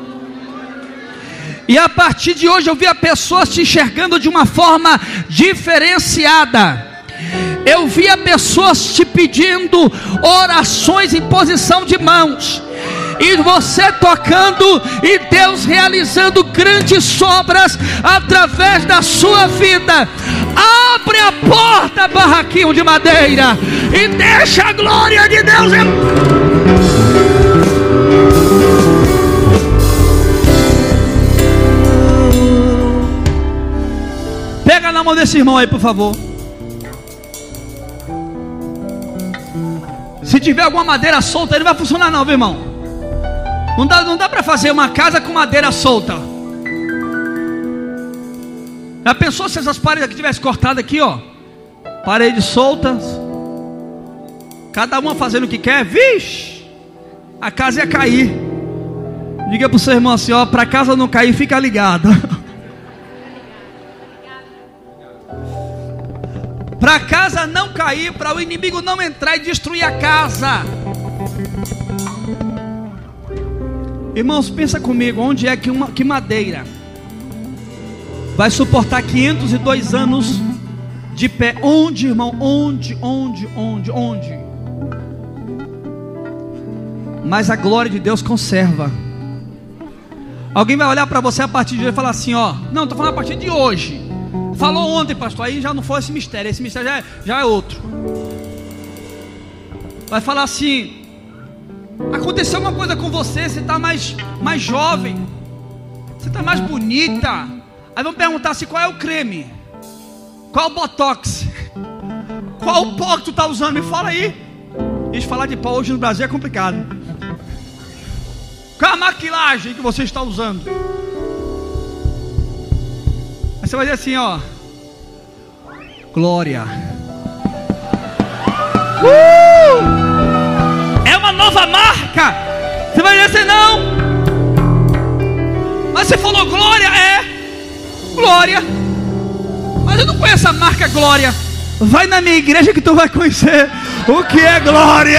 E a partir de hoje eu vi a pessoa se enxergando de uma forma diferenciada. Eu via pessoas te pedindo orações em posição de mãos, e você tocando, e Deus realizando grandes obras através da sua vida. Abre a porta, barraquinho de madeira, e deixa a glória de Deus. Pega na mão desse irmão aí, por favor. Se tiver alguma madeira solta, ele não vai funcionar não, viu, irmão? Não dá, não dá para fazer uma casa com madeira solta. Já pensou se essas paredes aqui tivessem cortado aqui, ó? Paredes soltas, cada uma fazendo o que quer. Vixe, a casa ia cair. Diga pro seu irmão assim, ó, para a casa não cair, fica ligado. Para a casa não cair, para o inimigo não entrar e destruir a casa. Irmãos, pensa comigo, onde é que, uma, que madeira vai suportar quinhentos e dois anos de pé? Onde, irmão? Onde, onde, onde, onde? Mas a glória de Deus conserva. Alguém vai olhar para você a partir de hoje e falar assim, ó, não, estou falando a partir de hoje. Falou ontem, pastor, aí já não foi esse mistério, esse mistério já é, já é outro. Vai falar assim, aconteceu uma coisa com você, você está mais, mais jovem, você está mais bonita. Aí vão perguntar assim, qual é o creme? Qual o botox? Qual o pó que tu está usando? Me fala aí. E falar de pó hoje no Brasil é complicado. Qual a maquilagem que você está usando? Aí você vai dizer assim, ó, glória. Uh! É uma nova marca. Você vai dizer assim, não. Mas você falou glória, é glória. Mas eu não conheço a marca glória. Vai na minha igreja que tu vai conhecer o que é glória.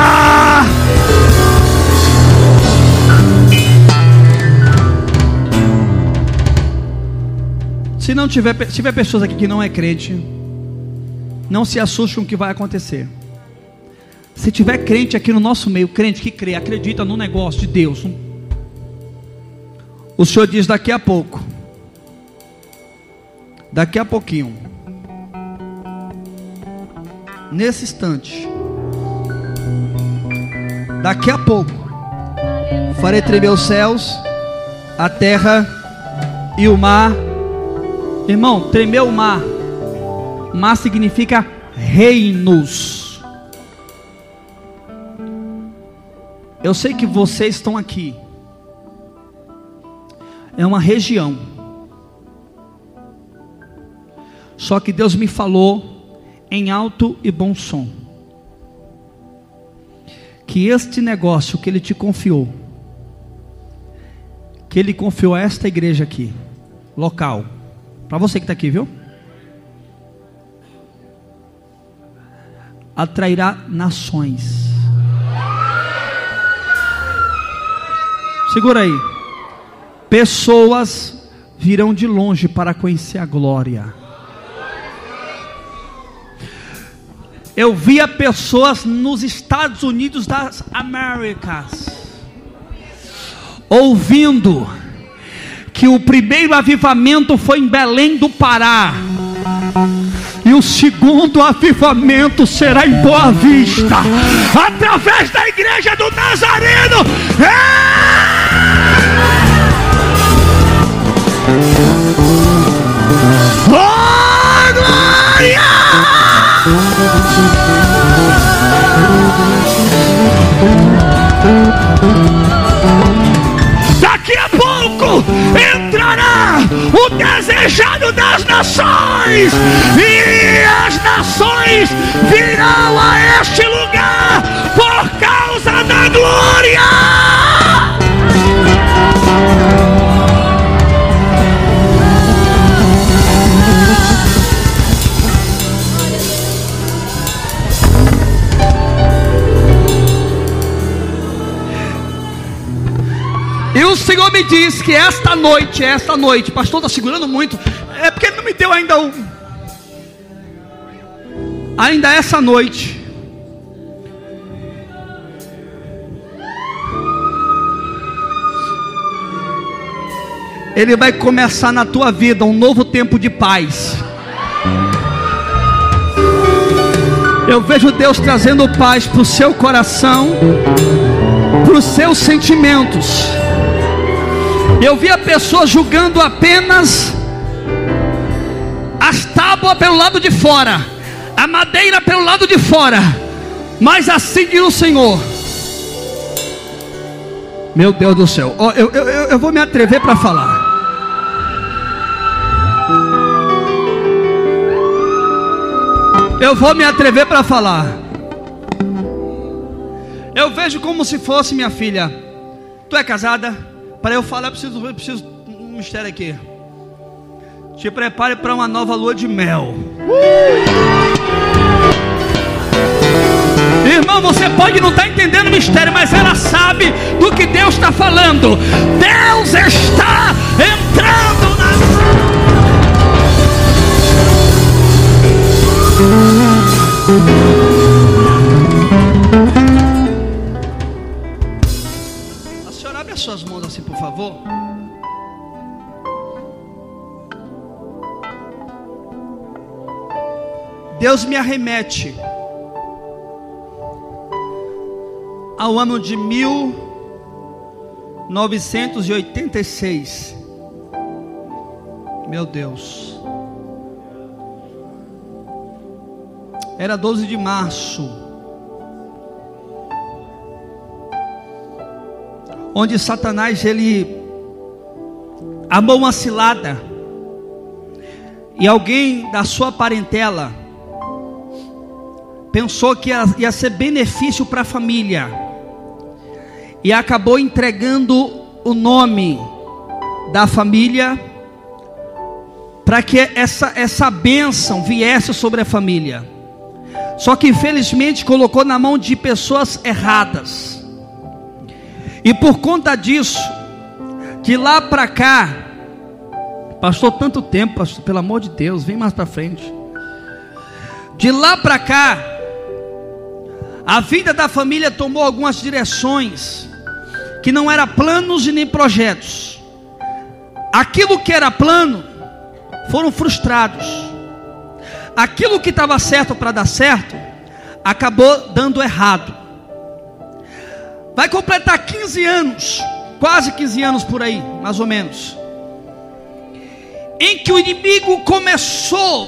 Se não tiver, se tiver pessoas aqui que não é crente, não se assuste com o que vai acontecer. Se tiver crente aqui no nosso meio, crente que crê, acredita no negócio de Deus, o Senhor diz daqui a pouco, daqui a pouquinho, nesse instante, daqui a pouco, farei tremer os céus, a terra e o mar. Irmão, tremeu o mar. Mar significa reinos. Eu sei que vocês estão aqui. É uma região. Só que Deus me falou em alto e bom som que este negócio que Ele te confiou, que Ele confiou a esta igreja aqui, local, para você que está aqui, viu? Atrairá nações. Segura aí. Pessoas virão de longe para conhecer a glória. Eu via pessoas nos Estados Unidos das Américas ouvindo que o primeiro avivamento foi em Belém do Pará, e o segundo avivamento será em Boa Vista, através da igreja do Nazareno. Oh, glória! Daqui a pouco entrará o desejado das nações, e as nações virão a este lugar por causa da glória. E o Senhor me diz que esta noite, esta noite, pastor está segurando muito, é porque ele não me deu ainda um. Ainda essa noite, Ele vai começar na tua vida um novo tempo de paz. Eu vejo Deus trazendo paz para o seu coração, para os seus sentimentos. Eu vi a pessoa julgando apenas as tábuas pelo lado de fora, a madeira pelo lado de fora, mas assim diz o Senhor. Meu Deus do céu, oh, eu, eu, eu vou me atrever para falar. Eu vou me atrever para falar. Eu vejo como se fosse, minha filha. Tu é casada? Para eu falar, eu preciso, eu preciso um mistério aqui. Te prepare para uma nova lua de mel. Irmão, você pode não estar entendendo o mistério, mas ela sabe do que Deus está falando. Deus está entrando na... A senhora abre as suas mãos assim, por favor. Deus me arremete ao ano de mil novecentos e oitenta e seis. Meu Deus. Era doze de março, onde Satanás ele amou uma cilada, e alguém da sua parentela pensou que ia, ia ser benefício para a família, e acabou entregando o nome da família para que essa, essa bênção viesse sobre a família. Só que infelizmente colocou na mão de pessoas erradas. E por conta disso, de lá para cá, pastor, tanto tempo, pastor, pelo amor de Deus, vem mais para frente. De lá para cá, a vida da família tomou algumas direções que não eram planos e nem projetos. Aquilo que era plano foram frustrados. Aquilo que estava certo para dar certo acabou dando errado. Vai completar quinze anos, quase quinze anos por aí, mais ou menos, em que o inimigo começou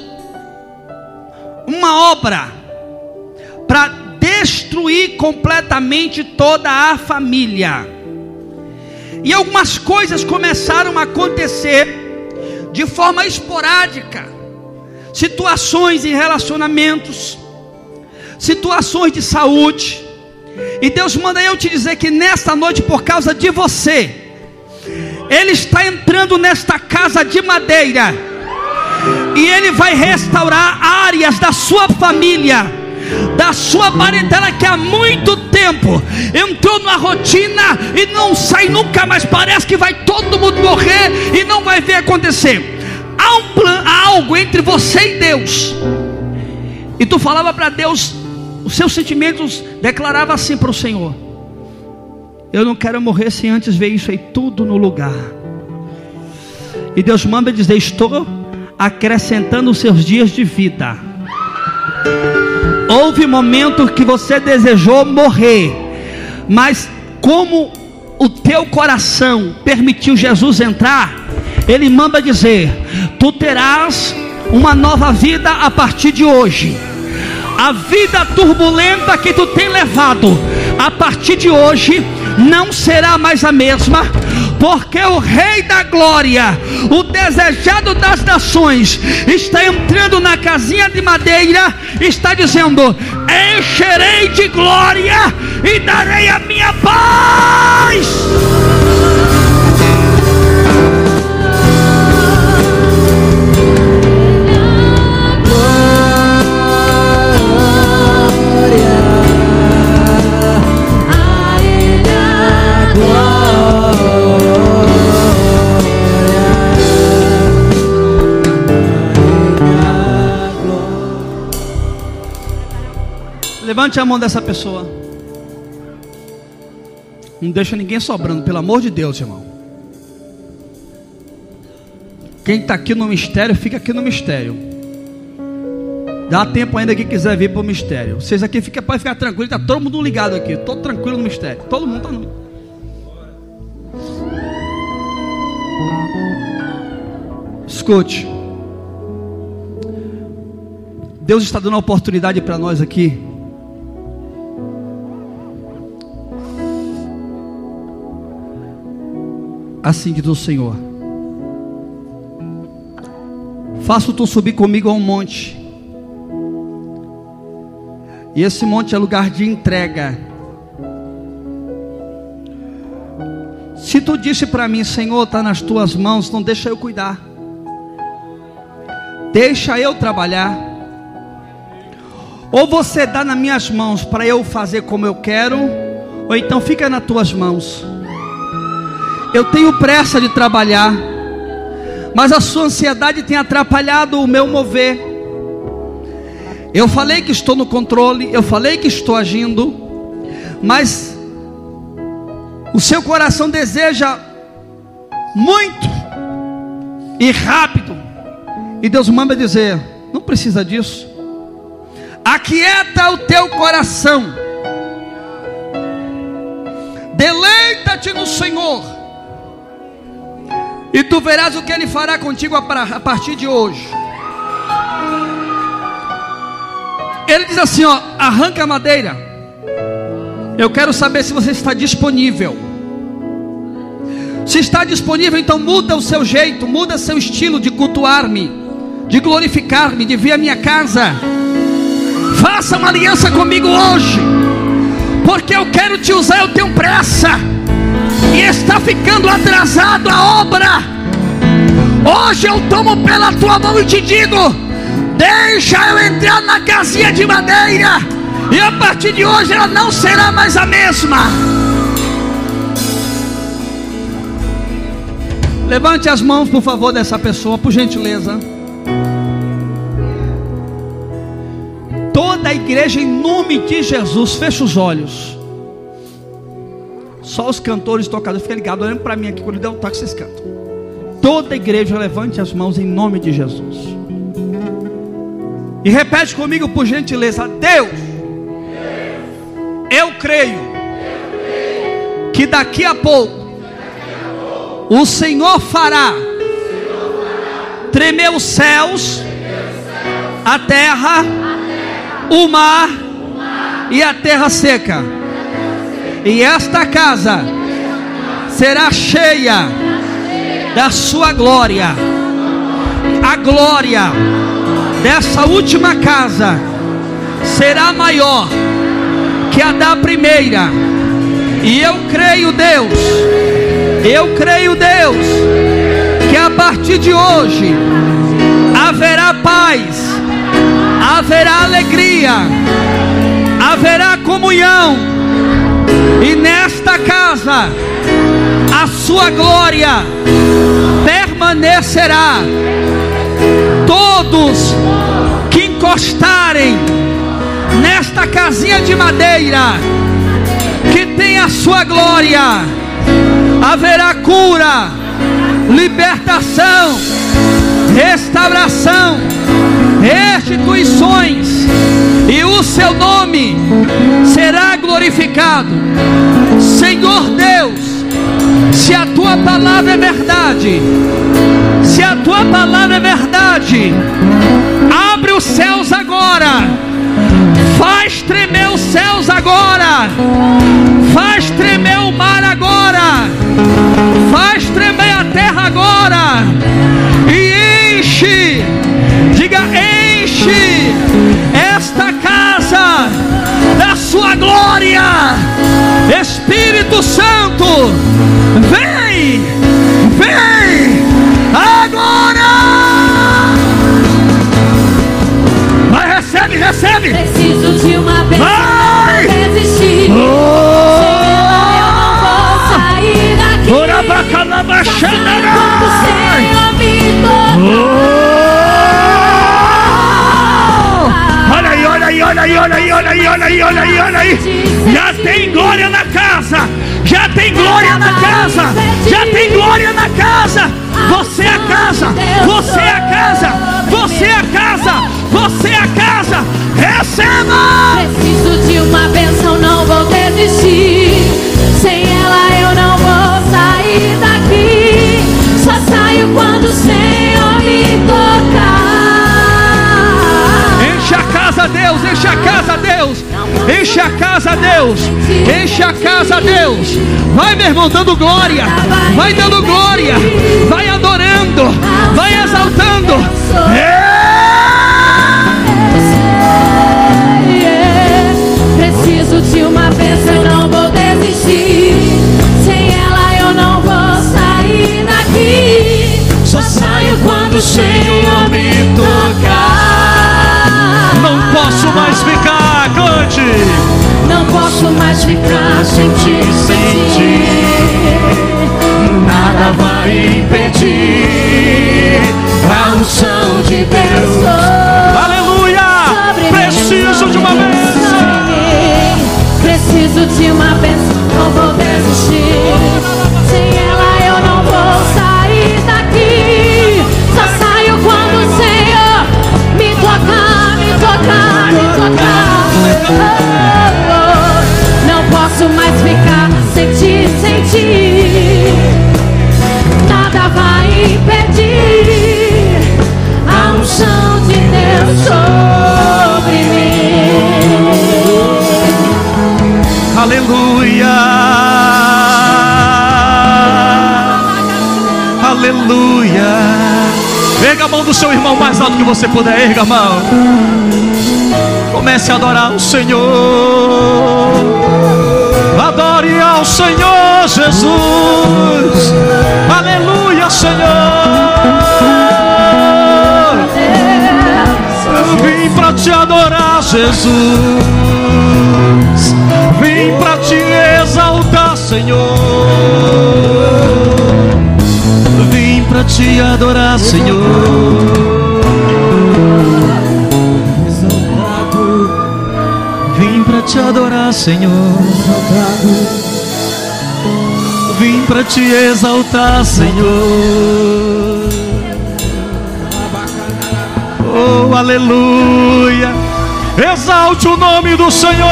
uma obra para destruir completamente toda a família. E algumas coisas começaram a acontecer de forma esporádica. Situações em relacionamentos, situações de saúde. E Deus manda eu te dizer que nesta noite, por causa de você, Ele está entrando nesta casa de madeira, e Ele vai restaurar áreas da sua família, da sua parentela, que há muito tempo entrou numa rotina e não sai nunca mais. Parece que vai todo mundo morrer e não vai ver acontecer. Há, um plan, há algo entre você e Deus. E tu falava para Deus, os seus sentimentos, declarava assim para o Senhor: eu não quero morrer sem antes ver isso aí tudo no lugar. E Deus manda dizer: estou acrescentando os seus dias de vida. Houve momento que você desejou morrer, mas como o teu coração permitiu Jesus entrar, Ele manda dizer: tu terás uma nova vida a partir de hoje. A vida turbulenta que tu tem levado, a partir de hoje não será mais a mesma, porque o Rei da Glória, o desejado das nações, está entrando na casinha de madeira, está dizendo: encherei de glória e darei a minha paz. Levante a mão dessa pessoa. Não deixa ninguém sobrando, pelo amor de Deus, irmão. Quem está aqui no mistério, fica aqui no mistério. Dá tempo ainda que quiser vir para o mistério. Vocês aqui fica, pode ficar tranquilo, está todo mundo ligado aqui. Todo tranquilo no mistério. Todo mundo está no. Escute. Deus está dando uma oportunidade para nós aqui. Assim diz o Senhor: faço tu subir comigo a um monte, e esse monte é lugar de entrega. Se tu disse para mim, Senhor, está nas tuas mãos, não deixa eu cuidar, deixa eu trabalhar. Ou você dá nas minhas mãos para eu fazer como eu quero, ou então fica nas tuas mãos. Eu tenho pressa de trabalhar, mas a sua ansiedade tem atrapalhado o meu mover. Eu falei que estou no controle, eu falei que estou agindo, mas o seu coração deseja muito e rápido, e Deus manda dizer: não precisa disso. Aquieta o teu coração, deleita-te no Senhor, e tu verás o que Ele fará contigo a partir de hoje. Ele diz assim, ó: arranca a madeira. Eu quero saber se você está disponível. Se está disponível, então muda o seu jeito, muda seu estilo de cultuar-me, de glorificar-me, de vir à minha casa. Faça uma aliança comigo hoje, porque eu quero te usar. Eu tenho pressa e está ficando atrasado a obra. Hoje eu tomo pela tua mão e te digo: deixa eu entrar na casinha de madeira, e a partir de hoje ela não será mais a mesma. Levante as mãos, por favor, dessa pessoa, por gentileza. Toda a igreja, em nome de Jesus, fecha os olhos. Só os cantores tocadores, fica ligado, olhando para mim aqui, quando der um toque vocês cantam. Toda a igreja, levante as mãos em nome de Jesus. E repete comigo, por gentileza: Deus, eu creio que daqui a pouco o Senhor fará tremer os céus, a terra, o mar e a terra seca. E esta casa será cheia da sua glória. A glória dessa última casa será maior que a da primeira. E eu creio, Deus, eu creio, Deus, que a partir de hoje haverá paz, haverá alegria, haverá comunhão, e nesta casa a sua glória permanecerá. Todos que encostarem nesta casinha de madeira que tem a sua glória, haverá cura, libertação, restauração, restituições, e o seu nome será glorificado. Senhor Deus, se a tua palavra é verdade, se a tua palavra é verdade, abre os céus agora, faz tremer os céus agora, faz tremer o mar agora, faz tremer a terra agora, e enche, diga enche esta casa da sua glória. Espírito Santo, vem, vem agora. Vai, recebe, recebe. Preciso de uma bênção pra não resistir. Oh! Sem ela eu não vou sair daqui. Ora bacalaba xandará. Quando o Senhor me tocar. Olha aí, olha aí, olha aí, olha aí, olha aí, olha aí, olha aí, olha aí. Já tem glória na casa, já tem glória na casa, já tem glória na casa. Você é a casa, você é a casa, você é a casa, você é a casa. Deus. Enche a casa, Deus. Vai, meu irmão, dando glória. Vai dando glória. Vai adorando. Vai exaltando. É. Preciso de uma bênção, eu não vou desistir. Sem ela eu não vou sair daqui. Só saio quando o Senhor me tocar. Não posso mais ficar, cante. Não posso mais ficar sem ti, sem ti. Nada vai impedir a unção de Deus. Aleluia! Preciso de uma bênção. Preciso de uma bênção, não vou desistir. Sem ela eu não vou sair daqui. Só saio quando o Senhor me tocar, me tocar, me tocar. Oh, oh. Não posso mais ficar sem ti, sem ti. Nada vai impedir a unção de Deus sobre mim. Aleluia, aleluia. Erga a mão do seu irmão mais alto que você puder. Erga a mão. Comece a adorar o Senhor. Adore ao Senhor Jesus. Aleluia, Senhor. Eu vim para te adorar, Jesus. Vim para te exaltar, Senhor. Vim para te adorar, Senhor. Exaltado. Vim para te adorar, Senhor. Exaltado. Vim para te exaltar, Senhor. Oh, aleluia. Exalte o nome do Senhor.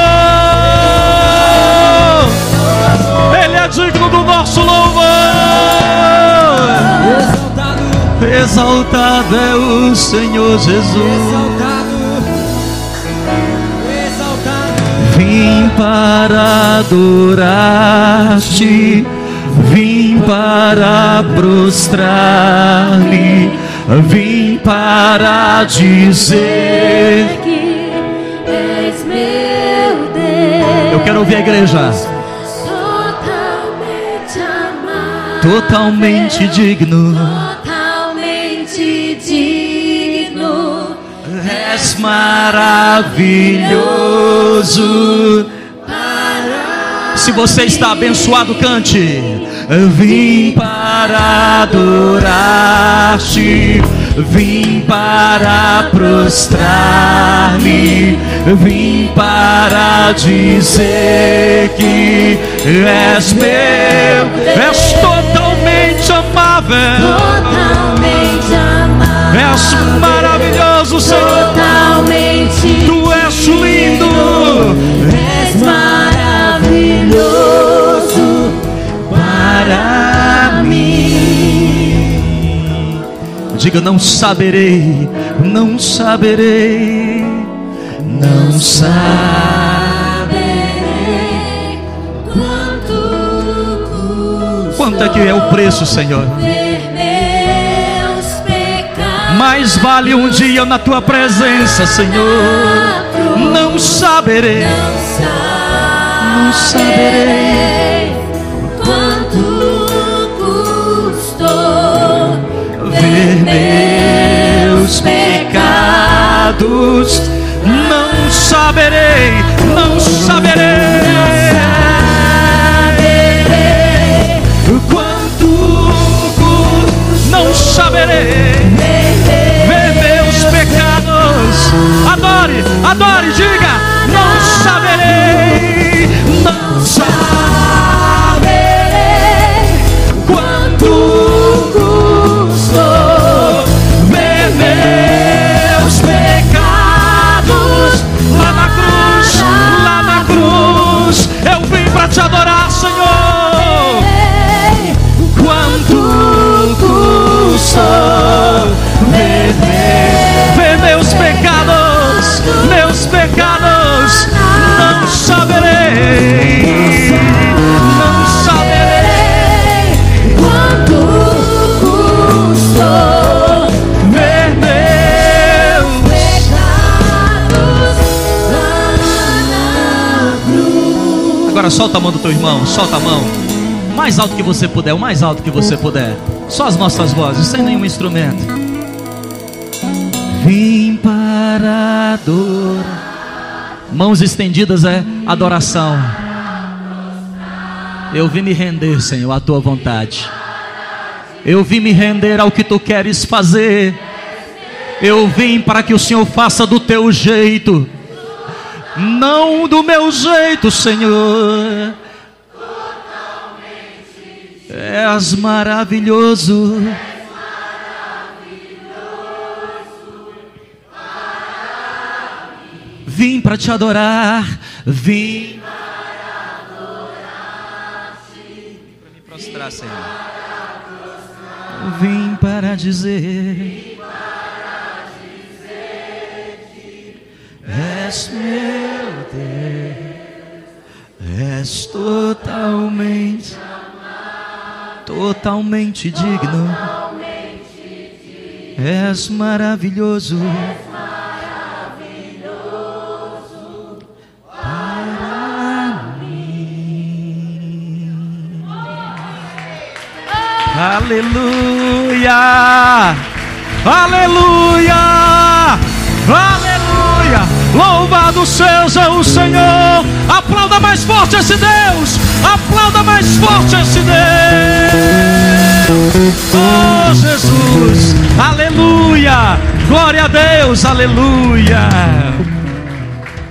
Ele é digno do nosso louvor. Exaltado, exaltado é o Senhor Jesus. Exaltado, exaltado. Vim para adorar-te, vim para prostrar-me, vim para dizer que és meu Deus. Eu quero ouvir a igreja. Totalmente amado, Totalmente digno, totalmente digno. és maravilhoso. Se você está abençoado, cante. Vim para adorar-te, vim para prostrar-me, vim para dizer que és meu, és totalmente amável, Totalmente amado, és maravilhoso, Senhor. totalmente Tu és lindo, és maravilhoso para mim. Diga: não saberei, não saberei, não saberei quanto custa quanto é que é o preço, Senhor. ver meus pecados. Mais vale um dia na tua presença, Senhor. Não saberei, Não saberei quanto custou ver meus pecados. Não saberei, não saberei, saberei quanto custa. Não saberei ver meus pecados. Adore, adore, diga: não saberei, não saberei quanto custou ver meus pecados. Lá na cruz, lá na cruz, eu vim pra te adorar, Senhor. Quanto custou Agora solta a mão do teu irmão, solta a mão. O mais alto que você puder, o mais alto que você puder. Só as nossas vozes, sem nenhum instrumento. Vim para adorar. Mãos estendidas é adoração. Eu vim me render, Senhor, à tua vontade. Eu vim me render ao que tu queres fazer. Eu vim para que o Senhor faça do teu jeito, não do meu jeito, Senhor. És maravilhoso. Vim para te adorar. Vim para me prostrar, Senhor. Vim para dizer: és meu Deus, és totalmente, totalmente digno, és maravilhoso, para mim. Aleluia, aleluia, aleluia. Louvado seja o Senhor. Aplauda mais forte esse Deus. Aplauda mais forte esse Deus. Oh Jesus, aleluia. Glória a Deus, aleluia.